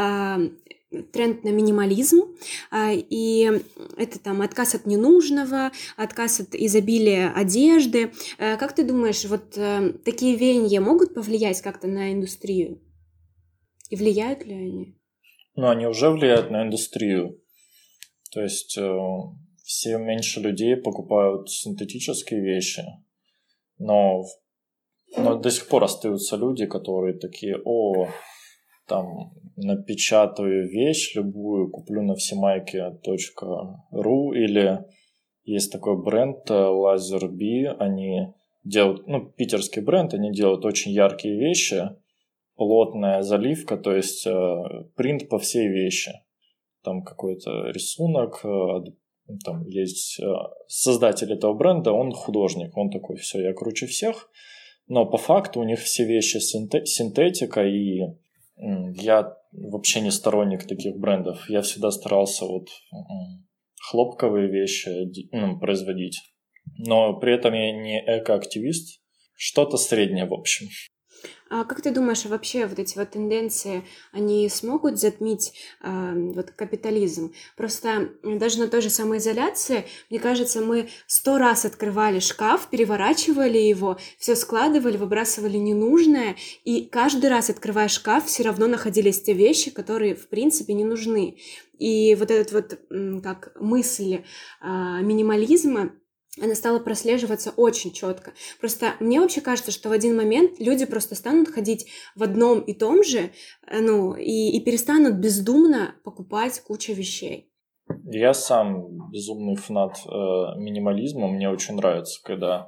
на минимализм, и это там отказ от ненужного, отказ от изобилия одежды. Как ты думаешь, вот такие веяния могут повлиять как-то на индустрию? И влияют ли они? Они уже влияют на индустрию. То есть все меньше людей покупают синтетические вещи, но до сих пор остаются люди, которые такие: там напечатаю вещь любую, куплю на всемайке.ру, или есть такой бренд Laser-B, они делают, питерский бренд, они делают очень яркие вещи, плотная заливка, то есть принт по всей вещи. Там какой-то рисунок, там есть создатель этого бренда, он художник, он такой: все, я круче всех, но по факту у них все вещи синтетика, и я вообще не сторонник таких брендов. Я всегда старался хлопковые вещи производить. Но при этом я не экоактивист. Что-то среднее, в общем. А как ты думаешь, вообще вот эти вот тенденции, они смогут затмить вот капитализм? Просто даже на той же самоизоляции, мне кажется, мы 100 раз открывали шкаф, переворачивали его, все складывали, выбрасывали ненужное, и каждый раз, открывая шкаф, все равно находились те вещи, которые, в принципе, не нужны. И вот этот вот, как мысль минимализма, она стала прослеживаться очень четко. Просто мне вообще кажется, что в один момент люди просто станут ходить в одном и том же, и перестанут бездумно покупать кучу вещей. Я сам безумный фанат минимализма. Мне очень нравится, когда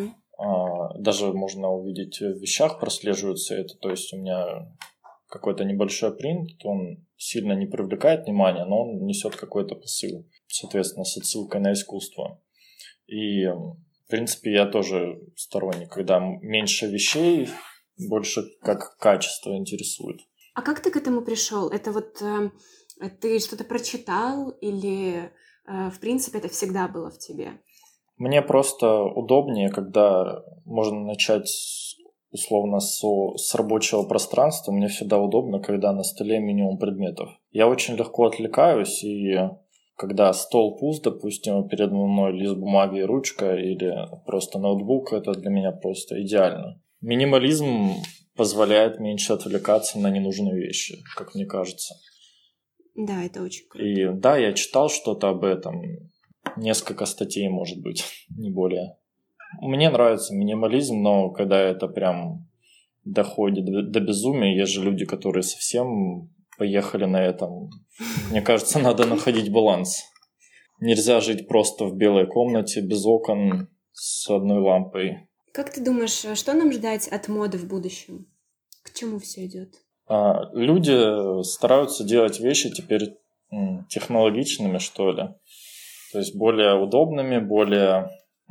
даже можно увидеть в вещах, прослеживается это. То есть у меня какой-то небольшой принт, он сильно не привлекает внимания, но он несет какой-то посыл, соответственно, с отсылкой на искусство. И, в принципе, я тоже сторонник, когда меньше вещей, больше как качество интересует. А как ты к этому пришел? Это вот ты что-то прочитал или, в принципе, это всегда было в тебе? Мне просто удобнее, когда можно начать условно с рабочего пространства. Мне всегда удобно, когда на столе минимум предметов. Я очень легко отвлекаюсь, и когда стол пуст, допустим, передо мной лист бумаги и ручка или просто ноутбук, это для меня просто идеально. Минимализм позволяет меньше отвлекаться на ненужные вещи, как мне кажется. Да, это очень круто. И да, я читал что-то об этом, несколько статей, может быть, не более. Мне нравится минимализм, но когда это прям доходит до безумия, есть же люди, которые совсем поехали на этом. Мне кажется, надо находить баланс. Нельзя жить просто в белой комнате, без окон, с одной лампой. Как ты думаешь, что нам ждать от моды в будущем? К чему все идет? Люди стараются делать вещи теперь технологичными, что ли. То есть более удобными, более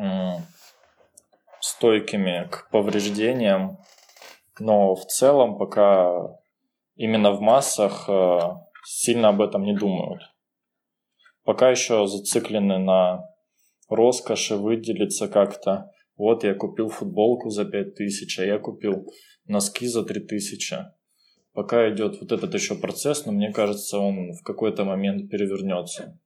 стойкими к повреждениям. Но в целом пока именно в массах сильно об этом не думают. Пока еще зациклены на роскоши, выделиться как-то. Вот я купил футболку за 5000, а я купил носки за 3000. Пока идет вот этот еще процесс, но мне кажется, он в какой-то момент перевернется.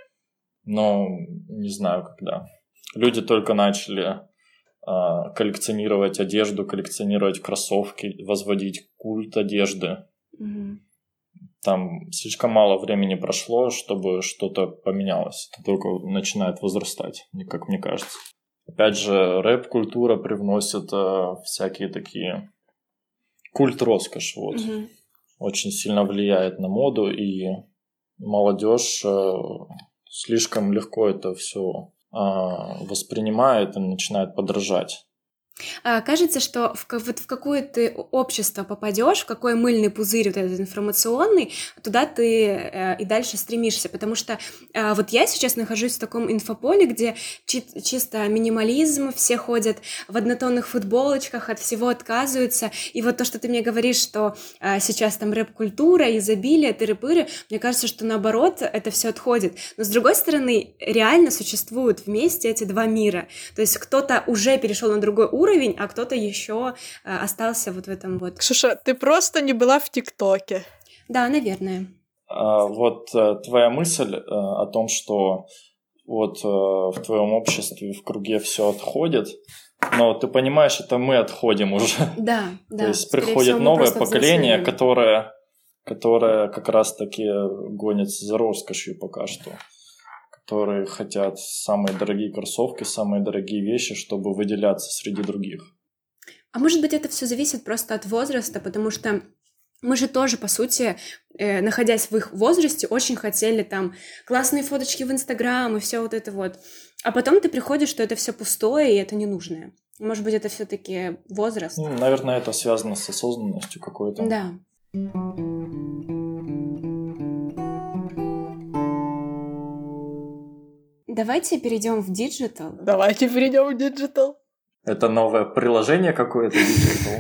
Но не знаю когда. Люди только начали коллекционировать одежду, коллекционировать кроссовки, возводить культ одежды. Мгм. Там слишком мало времени прошло, чтобы что-то поменялось. Это только начинает возрастать, как мне кажется. Опять же, рэп-культура привносит всякие такие... Культ роскоши, вот. Мгм. Очень сильно влияет на моду, и молодежь слишком легко это все воспринимает и начинает подражать. Кажется, что вот в какое ты общество попадешь, в какой мыльный пузырь вот этот информационный, туда ты и дальше стремишься, потому что вот я сейчас нахожусь в таком инфополе, где чисто минимализм, все ходят в однотонных футболочках, от всего отказываются, и вот то, что ты мне говоришь, что сейчас там рэп-культура, изобилие, тыры-пыры, мне кажется, что наоборот это все отходит, но с другой стороны реально существуют вместе эти два мира, то есть кто-то уже перешел на другой уровень, а кто-то еще остался вот в этом вот. Ксюша, ты просто не была в ТикТоке. Да, наверное. Вот твоя мысль о том, что вот в твоем обществе в круге все отходит, но ты понимаешь, это мы отходим уже. Да, да. То есть приходит новое поколение, которое как раз-таки гонится за роскошью пока что. Которые хотят самые дорогие кроссовки, самые дорогие вещи, чтобы выделяться среди других. А может быть, это все зависит просто от возраста, потому что мы же тоже, по сути, находясь в их возрасте, очень хотели там классные фоточки в Инстаграм и все вот это вот. А потом ты приходишь, что это все пустое и это ненужное. Может быть, это все-таки возраст? Наверное, это связано с осознанностью какой-то. Да. Давайте перейдем в диджитал. Давайте перейдем в диджитал. Это новое приложение какое-то диджитал?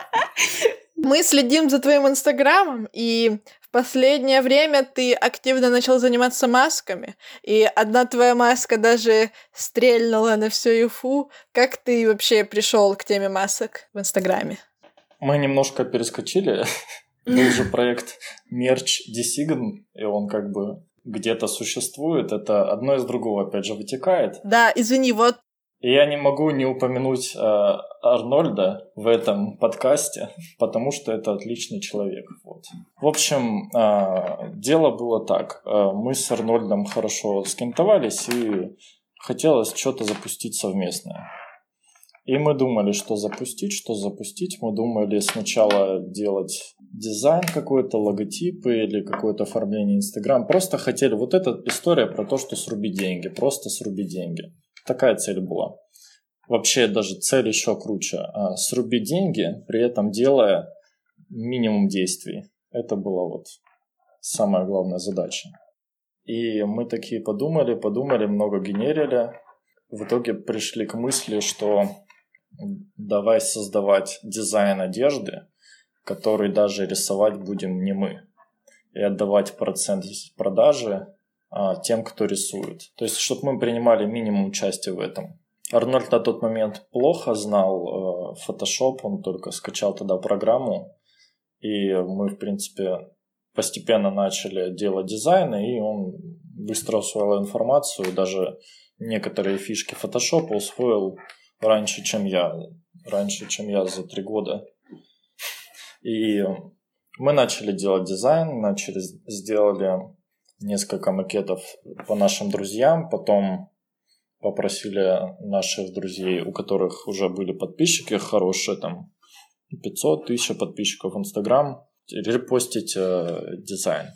Мы следим за твоим инстаграмом, и в последнее время ты активно начал заниматься масками, и одна твоя маска даже стрельнула на всю Юфу. Как ты вообще пришел к теме масок в инстаграме? Мы немножко перескочили. Был же проект Merch Design, и он как бы где-то существует. Это одно из другого, опять же, вытекает. Да, извини, вот. И я не могу не упомянуть Арнольда в этом подкасте, потому что это отличный человек. Вот. В общем, дело было так. Мы с Арнольдом хорошо скентовались, и хотелось что-то запустить совместное. И мы думали, что запустить. Мы думали сначала делать дизайн какой-то, логотипы или какое-то оформление Инстаграм. Просто хотели... Вот эта история про то, что срубить деньги. Просто срубить деньги. Такая цель была. Вообще даже цель еще круче. Срубить деньги, при этом делая минимум действий. Это была вот самая главная задача. И мы такие подумали, много генерили. В итоге пришли к мысли, что давай создавать дизайн одежды, который даже рисовать будем не мы. И отдавать процент продажи тем, кто рисует. То есть, чтобы мы принимали минимум участия в этом. Арнольд на тот момент плохо знал Photoshop, он только скачал тогда программу, и мы, в принципе, постепенно начали делать дизайны, и он быстро усвоил информацию, даже некоторые фишки Photoshop усвоил раньше, чем я за 3 года. И мы начали делать дизайн, сделали несколько макетов по нашим друзьям, потом попросили наших друзей, у которых уже были подписчики хорошие, там 500 тысяч подписчиков в Инстаграм, репостить дизайн.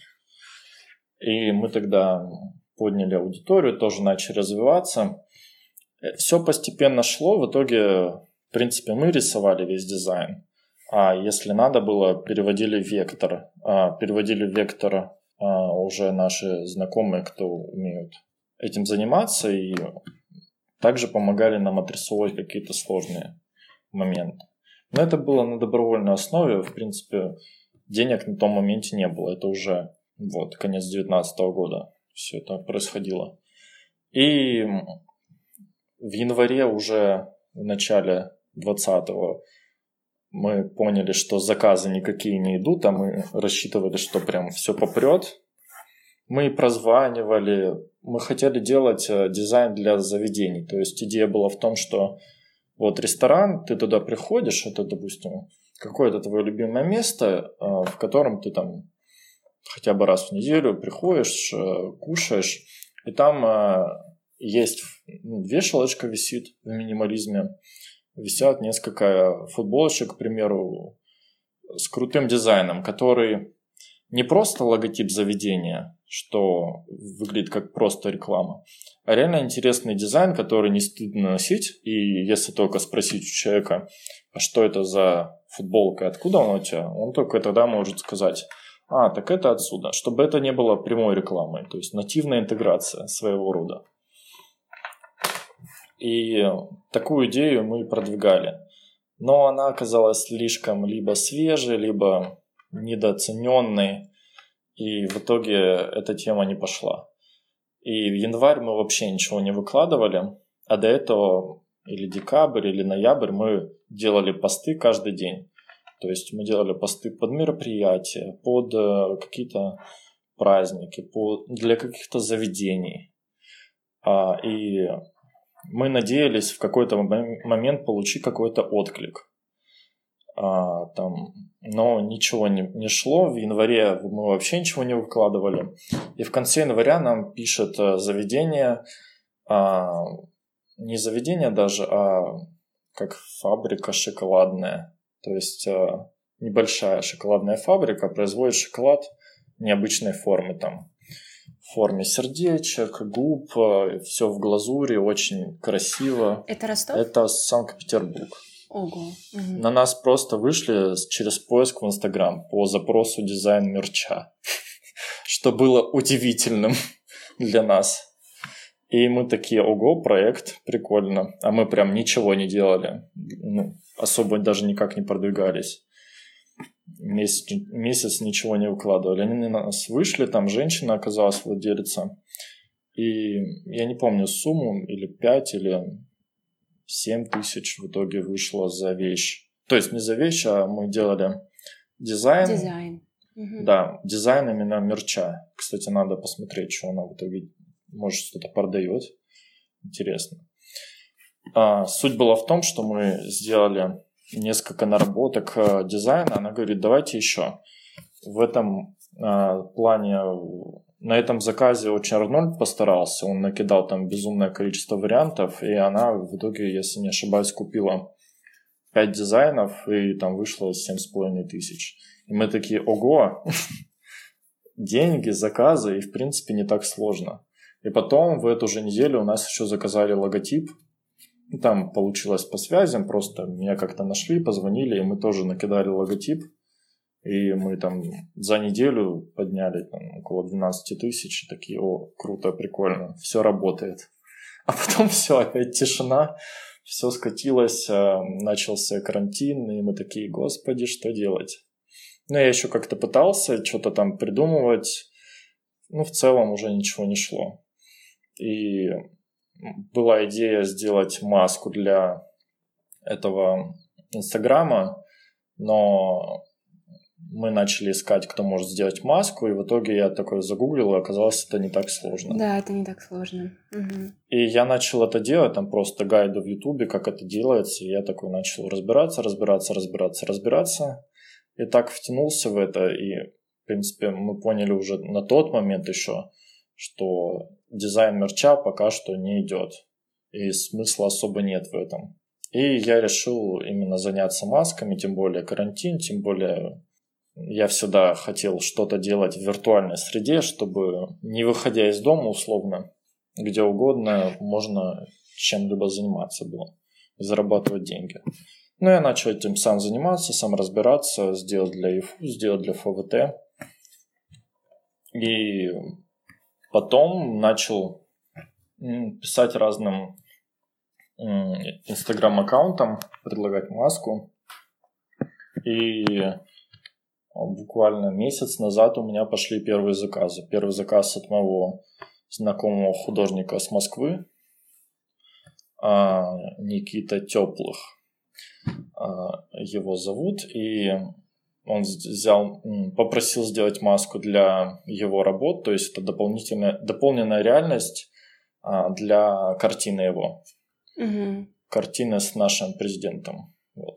И мы тогда подняли аудиторию, тоже начали развиваться. Все постепенно шло, в итоге, в принципе, мы рисовали весь дизайн, а если надо было, переводили вектор уже наши знакомые, кто умеют этим заниматься и также помогали нам отрисовывать какие-то сложные моменты. Но это было на добровольной основе, в принципе, денег на том моменте не было. Это уже конец 2019 года все это происходило. И в январе уже, в начале 2020-го, мы поняли, что заказы никакие не идут, а мы рассчитывали, что прям все попрет. Мы прозванивали, мы хотели делать дизайн для заведений. То есть идея была в том, что вот ресторан, ты туда приходишь, это, допустим, какое-то твое любимое место, в котором ты там хотя бы раз в неделю приходишь, кушаешь, и там есть вешалочка висит в минимализме, висят несколько футболочек, к примеру, с крутым дизайном, который не просто логотип заведения, что выглядит как просто реклама, а реально интересный дизайн, который не стыдно носить. И если только спросить у человека, а что это за футболка, откуда она у тебя, он только тогда может сказать: так это отсюда, чтобы это не было прямой рекламой, то есть нативная интеграция своего рода. И такую идею мы продвигали. Но она оказалась слишком либо свежей, либо недооцененной. И в итоге эта тема не пошла. И в январь мы вообще ничего не выкладывали. А до этого или декабрь, или ноябрь мы делали посты каждый день. То есть мы делали посты под мероприятия, под какие-то праздники, для каких-то заведений. И мы надеялись в какой-то момент получить какой-то отклик. Но ничего не шло. В январе мы вообще ничего не выкладывали. И в конце января нам пишет заведение, не заведение даже, а как фабрика шоколадная. То есть небольшая шоколадная фабрика производит шоколад необычной формы. Там в форме сердечек, губ, все в глазури, очень красиво. Это Ростов? Это Санкт-Петербург. Ого. Угу. На нас просто вышли через поиск в Инстаграм по запросу дизайн мерча, что было удивительным для нас. И мы такие: ого, проект, прикольно. А мы прям ничего не делали, особо даже никак не продвигались. Месяц ничего не выкладывали. Они на нас вышли, там женщина оказалась владелица. И я не помню сумму, или 5, или 7 тысяч в итоге вышло за вещь. То есть не за вещь, а мы делали дизайн. Угу. Да, дизайн именно мерча. Кстати, надо посмотреть, что она в итоге, может, что-то продает. Интересно. Суть была в том, что мы сделали несколько наработок дизайна. Она говорит: давайте еще. В этом плане, на этом заказе очень Арнольд постарался. Он накидал там безумное количество вариантов. И она в итоге, если не ошибаюсь, купила 5 дизайнов. И там вышло 7,5 тысяч. И мы такие: ого, деньги, заказы. И в принципе не так сложно. И потом в эту же неделю у нас еще заказали логотип. Там получилось по связям. Просто меня как-то нашли, позвонили. И мы тоже накидали логотип. И мы там за неделю подняли около 12 тысяч. И такие: о, круто, прикольно, все работает. А потом все, опять тишина, все скатилось, начался карантин. И мы такие: господи, что делать? Я еще как-то пытался что-то там придумывать. В целом уже ничего не шло. И была идея сделать маску для этого Инстаграма, но мы начали искать, кто может сделать маску, и в итоге я такой загуглил, и оказалось, это не так сложно. Да, это не так сложно. Угу. И я начал это делать, там просто гайды в Ютубе, как это делается, и я такой начал разбираться. И так втянулся в это, и, в принципе, мы поняли уже на тот момент еще, что дизайн мерча пока что не идет, и смысла особо нет в этом. И я решил именно заняться масками, тем более карантин, тем более я всегда хотел что-то делать в виртуальной среде, чтобы, не выходя из дома условно, где угодно можно чем-либо заниматься было, и зарабатывать деньги. Я начал этим сам заниматься, сам разбираться, сделать для ИФУ, сделать для ФВТ. И потом начал писать разным инстаграм-аккаунтам, предлагать маску. И буквально месяц назад у меня пошли первые заказы. Первый заказ от моего знакомого художника с Москвы, Никита Теплых его зовут, и он попросил сделать маску для его работ, то есть это дополненная реальность для картины его. Угу. Картины с нашим президентом. Вот.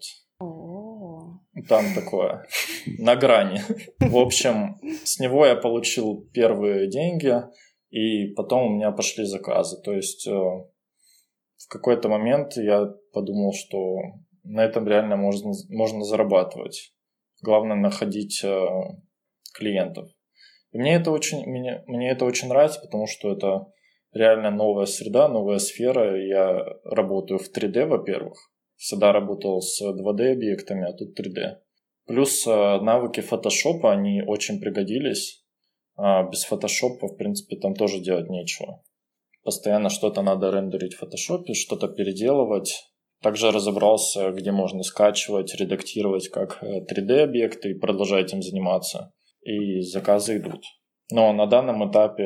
Там такое, на грани. В общем, с него я получил первые деньги, и потом у меня пошли заказы. То есть в какой-то момент я подумал, что на этом реально можно зарабатывать. Главное находить клиентов. И мне это очень нравится, потому что это реально новая среда, новая сфера. Я работаю в 3D, во-первых. Всегда работал с 2D-объектами, а тут 3D. Плюс навыки фотошопа, они очень пригодились. Без фотошопа, в принципе, там тоже делать нечего. Постоянно что-то надо рендерить в фотошопе, что-то переделывать. Также разобрался, где можно скачивать, редактировать как 3D-объекты и продолжать этим заниматься. И заказы идут. Но на данном этапе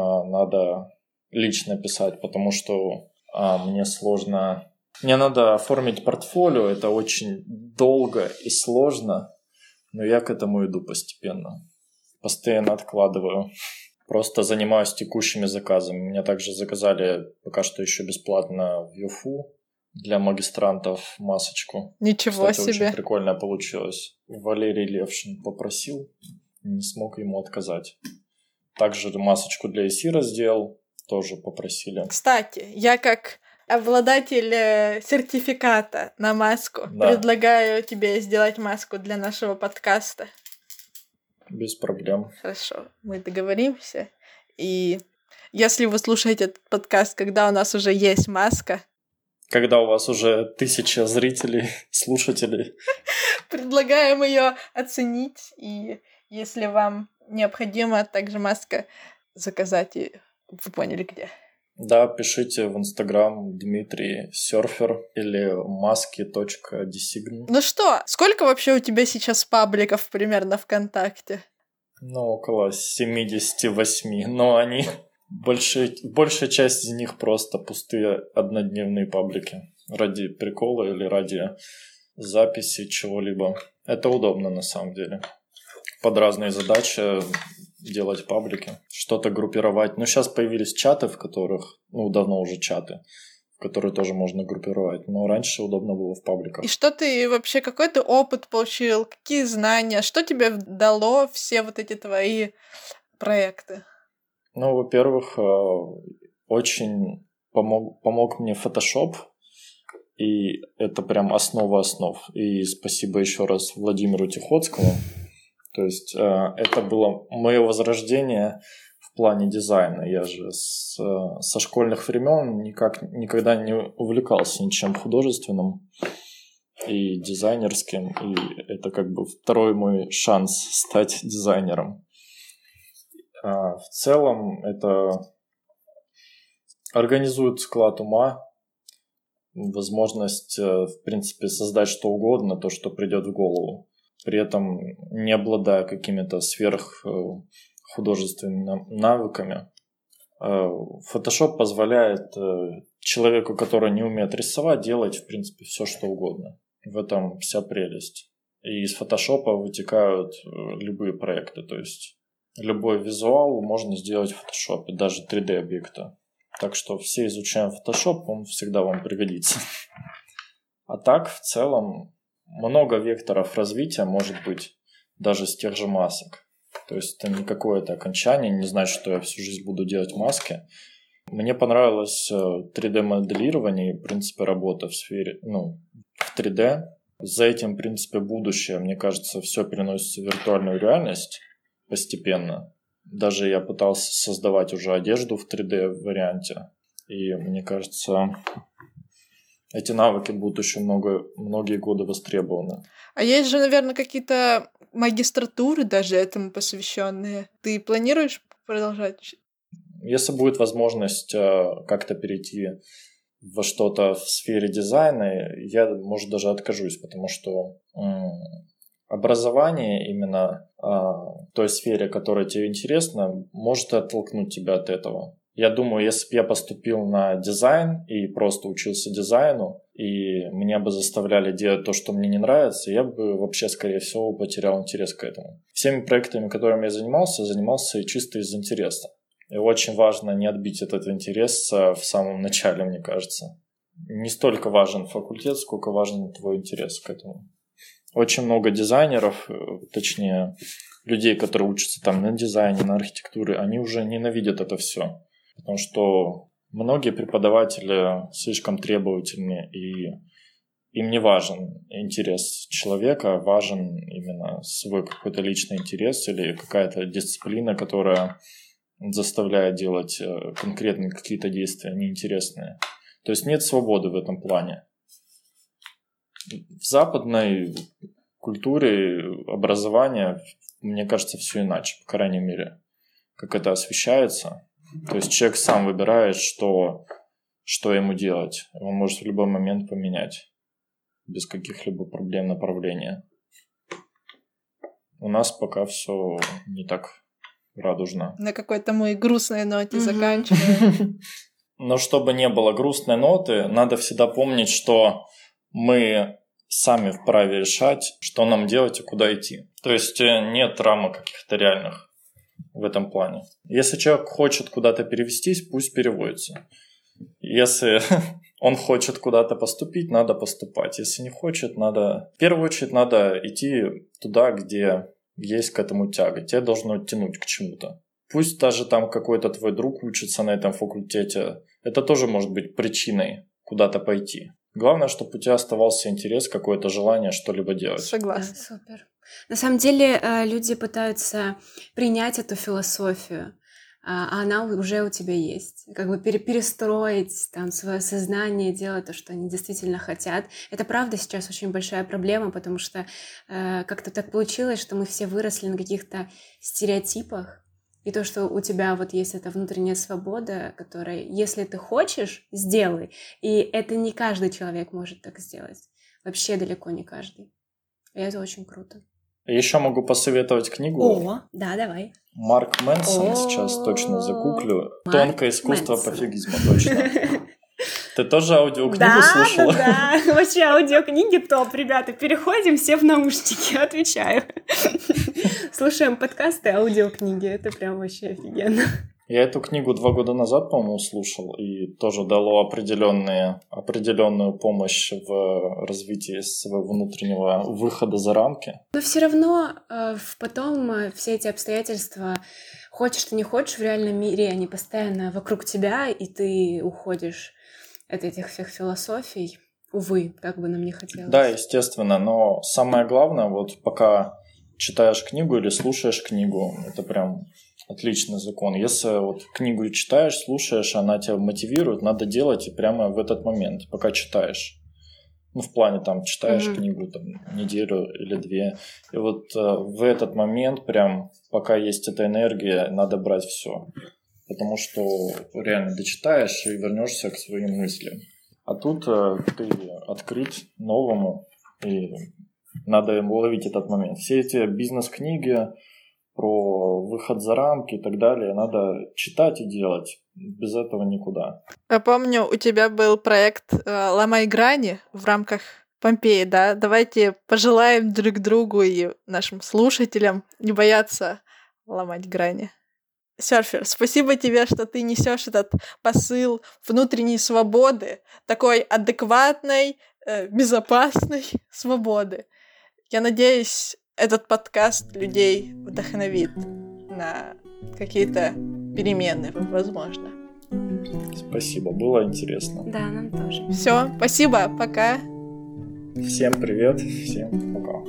надо лично писать, потому что мне сложно... Мне надо оформить портфолио, это очень долго и сложно, но я к этому иду постепенно. Постоянно откладываю. Просто занимаюсь текущими заказами. Меня также заказали пока что еще бесплатно в ЮФУ для магистрантов масочку. Ничего Кстати, себе. очень прикольно получилось. Валерий Левшин попросил, не смог ему отказать. Также масочку для эфира сделал, тоже попросили. Кстати, я как обладатель сертификата на маску предлагаю тебе сделать маску для нашего подкаста. Без проблем. Хорошо, мы договоримся. И если вы слушаете этот подкаст, когда у нас уже есть маска, когда у вас уже 1000 зрителей, слушателей, предлагаем ее оценить. И если вам необходима также маска, заказать ее. Вы поняли где. Да, пишите в Инстаграм Дмитрий Серфер или maski.design. Ну что, сколько вообще у тебя сейчас пабликов примерно ВКонтакте? Ну, около 78, но они... Большая часть из них просто пустые однодневные паблики. Ради прикола или ради записи чего-либо. Это удобно на самом деле. Под разные задачи делать паблики, что-то группировать. Но сейчас появились чаты, в которых, давно уже чаты, в которые тоже можно группировать. Но раньше удобно было в пабликах. И что ты вообще, какой ты опыт получил, какие знания, что тебе дало все вот эти твои проекты? Ну, во-первых, очень помог мне Photoshop, и это прям основа основ. И спасибо еще раз Владимиру Тихоцкому. То есть это было мое возрождение в плане дизайна. Я же со школьных времен никогда не увлекался ничем художественным и дизайнерским. И это как бы второй мой шанс стать дизайнером. В целом это организует склад ума, возможность, в принципе, создать что угодно, то, что придет в голову. При этом не обладая какими-то сверххудожественными навыками. Photoshop позволяет человеку, который не умеет рисовать, делать, в принципе, все, что угодно. В этом вся прелесть. И из Photoshop вытекают любые проекты. То есть любой визуал можно сделать в Photoshop, даже 3D-объекта. Так что все изучаем Photoshop, он всегда вам пригодится. А так, в целом, много векторов развития может быть даже с тех же масок. То есть это не какое-то окончание, не значит, что я всю жизнь буду делать маски. Мне понравилось 3D-моделирование и, в принципе, работа в сфере, в 3D. За этим, в принципе, будущее. Мне кажется, все переносится в виртуальную реальность постепенно. Даже я пытался создавать уже одежду в 3D-варианте. И мне кажется, эти навыки будут еще многие годы востребованы. А есть же, наверное, какие-то магистратуры даже этому посвященные. Ты планируешь продолжать? Если будет возможность как-то перейти во что-то в сфере дизайна, я, может, даже откажусь, потому что образование именно в той сфере, которая тебе интересна, может оттолкнуть тебя от этого. Я думаю, если бы я поступил на дизайн и просто учился дизайну, и меня бы заставляли делать то, что мне не нравится, я бы вообще, скорее всего, потерял интерес к этому. Всеми проектами, которыми я занимался чисто из интереса. И очень важно не отбить этот интерес в самом начале, мне кажется. Не столько важен факультет, сколько важен твой интерес к этому. Очень много дизайнеров, точнее, людей, которые учатся там на дизайне, на архитектуре, они уже ненавидят это все. Потому что многие преподаватели слишком требовательны, и им не важен интерес человека, важен именно свой какой-то личный интерес или какая-то дисциплина, которая заставляет делать конкретные какие-то действия неинтересные. То есть нет свободы в этом плане. В западной культуре образования, мне кажется, все иначе, по крайней мере, как это освещается. То есть человек сам выбирает, что ему делать. Он может в любой момент поменять без каких-либо проблем направления. У нас пока все не так радужно. На какой-то мы грустной ноте заканчиваем. Но чтобы не было грустной ноты, надо всегда помнить, что мы сами вправе решать, что нам делать и куда идти. То есть нет рамок каких-то реальных в этом плане. Если человек хочет куда-то перевестись, пусть переводится. Если он хочет куда-то поступить, надо поступать. Если не хочет, в первую очередь надо идти туда, где есть к этому тяга. Тебя должно тянуть к чему-то. Пусть даже там какой-то твой друг учится на этом факультете. Это тоже может быть причиной куда-то пойти. Главное, чтобы у тебя оставался интерес, какое-то желание что-либо делать. Согласна. Да, супер. На самом деле люди пытаются принять эту философию, а она уже у тебя есть. Как бы перестроить там свое сознание, делать то, что они действительно хотят. Это правда сейчас очень большая проблема, потому что как-то так получилось, что мы все выросли на каких-то стереотипах. И то, что у тебя вот есть эта внутренняя свобода, которая, если ты хочешь, сделай. И это не каждый человек может так сделать. Вообще далеко не каждый. И это очень круто. Еще могу посоветовать книгу. О, да, давай. Марк Мэнсон, сейчас точно загуглю. «Тонкое искусство пофигизма», точно. Ты тоже аудиокнигу слушала? Да. Вообще аудиокниги топ, ребята. Переходим все в наушники, отвечаю. Слушаем подкасты, аудиокниги. Это прям вообще офигенно. Я эту книгу 2 года назад, по-моему, слушал, и тоже дало определенную помощь в развитии своего внутреннего выхода за рамки. Но все равно потом все эти обстоятельства, хочешь ты не хочешь, в реальном мире они постоянно вокруг тебя, и ты уходишь от этих всех философий. Увы, как бы нам не хотелось. Да, естественно, но самое главное, вот пока читаешь книгу или слушаешь книгу, это прям отличный закон. Если вот книгу читаешь, слушаешь, она тебя мотивирует, надо делать и прямо в этот момент, пока читаешь. Ну, в плане там читаешь книгу там, неделю или 2. И вот в этот момент, прям пока есть эта энергия, надо брать все. Потому что реально дочитаешь и вернешься к своим мыслям. А тут ты открыт новому, и надо уловить этот момент. Все эти бизнес-книги про выход за рамки и так далее надо читать и делать. Без этого никуда. Я помню, у тебя был проект «Ломай грани» в рамках Помпеи, да? Давайте пожелаем друг другу и нашим слушателям не бояться ломать грани. Серфер, спасибо тебе, что ты несешь этот посыл внутренней свободы, такой адекватной, безопасной свободы. Я надеюсь, этот подкаст людей вдохновит на какие-то перемены, возможно. Спасибо, было интересно. Да, нам тоже. Все, спасибо, пока. Всем привет, всем пока.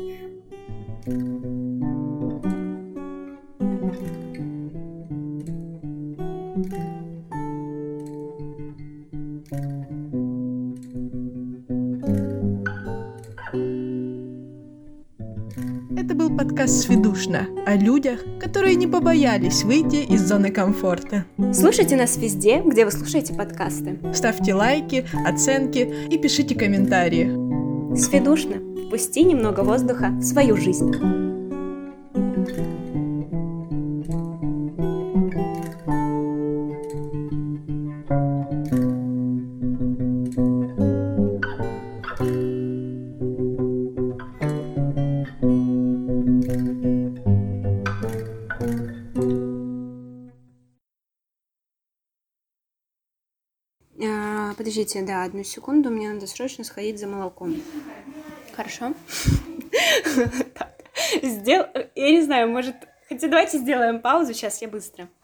Это был подкаст подкаст «Свидушно» о людях, которые не побоялись выйти из зоны комфорта. Слушайте нас везде, где вы слушаете подкасты. Ставьте лайки, оценки и пишите комментарии. «Свидушно». Впусти немного воздуха в свою жизнь. Подождите, да, 1 секунду, мне надо срочно сходить за молоком. Хорошо? Я не знаю, может... Хотя давайте сделаем паузу, сейчас я быстро.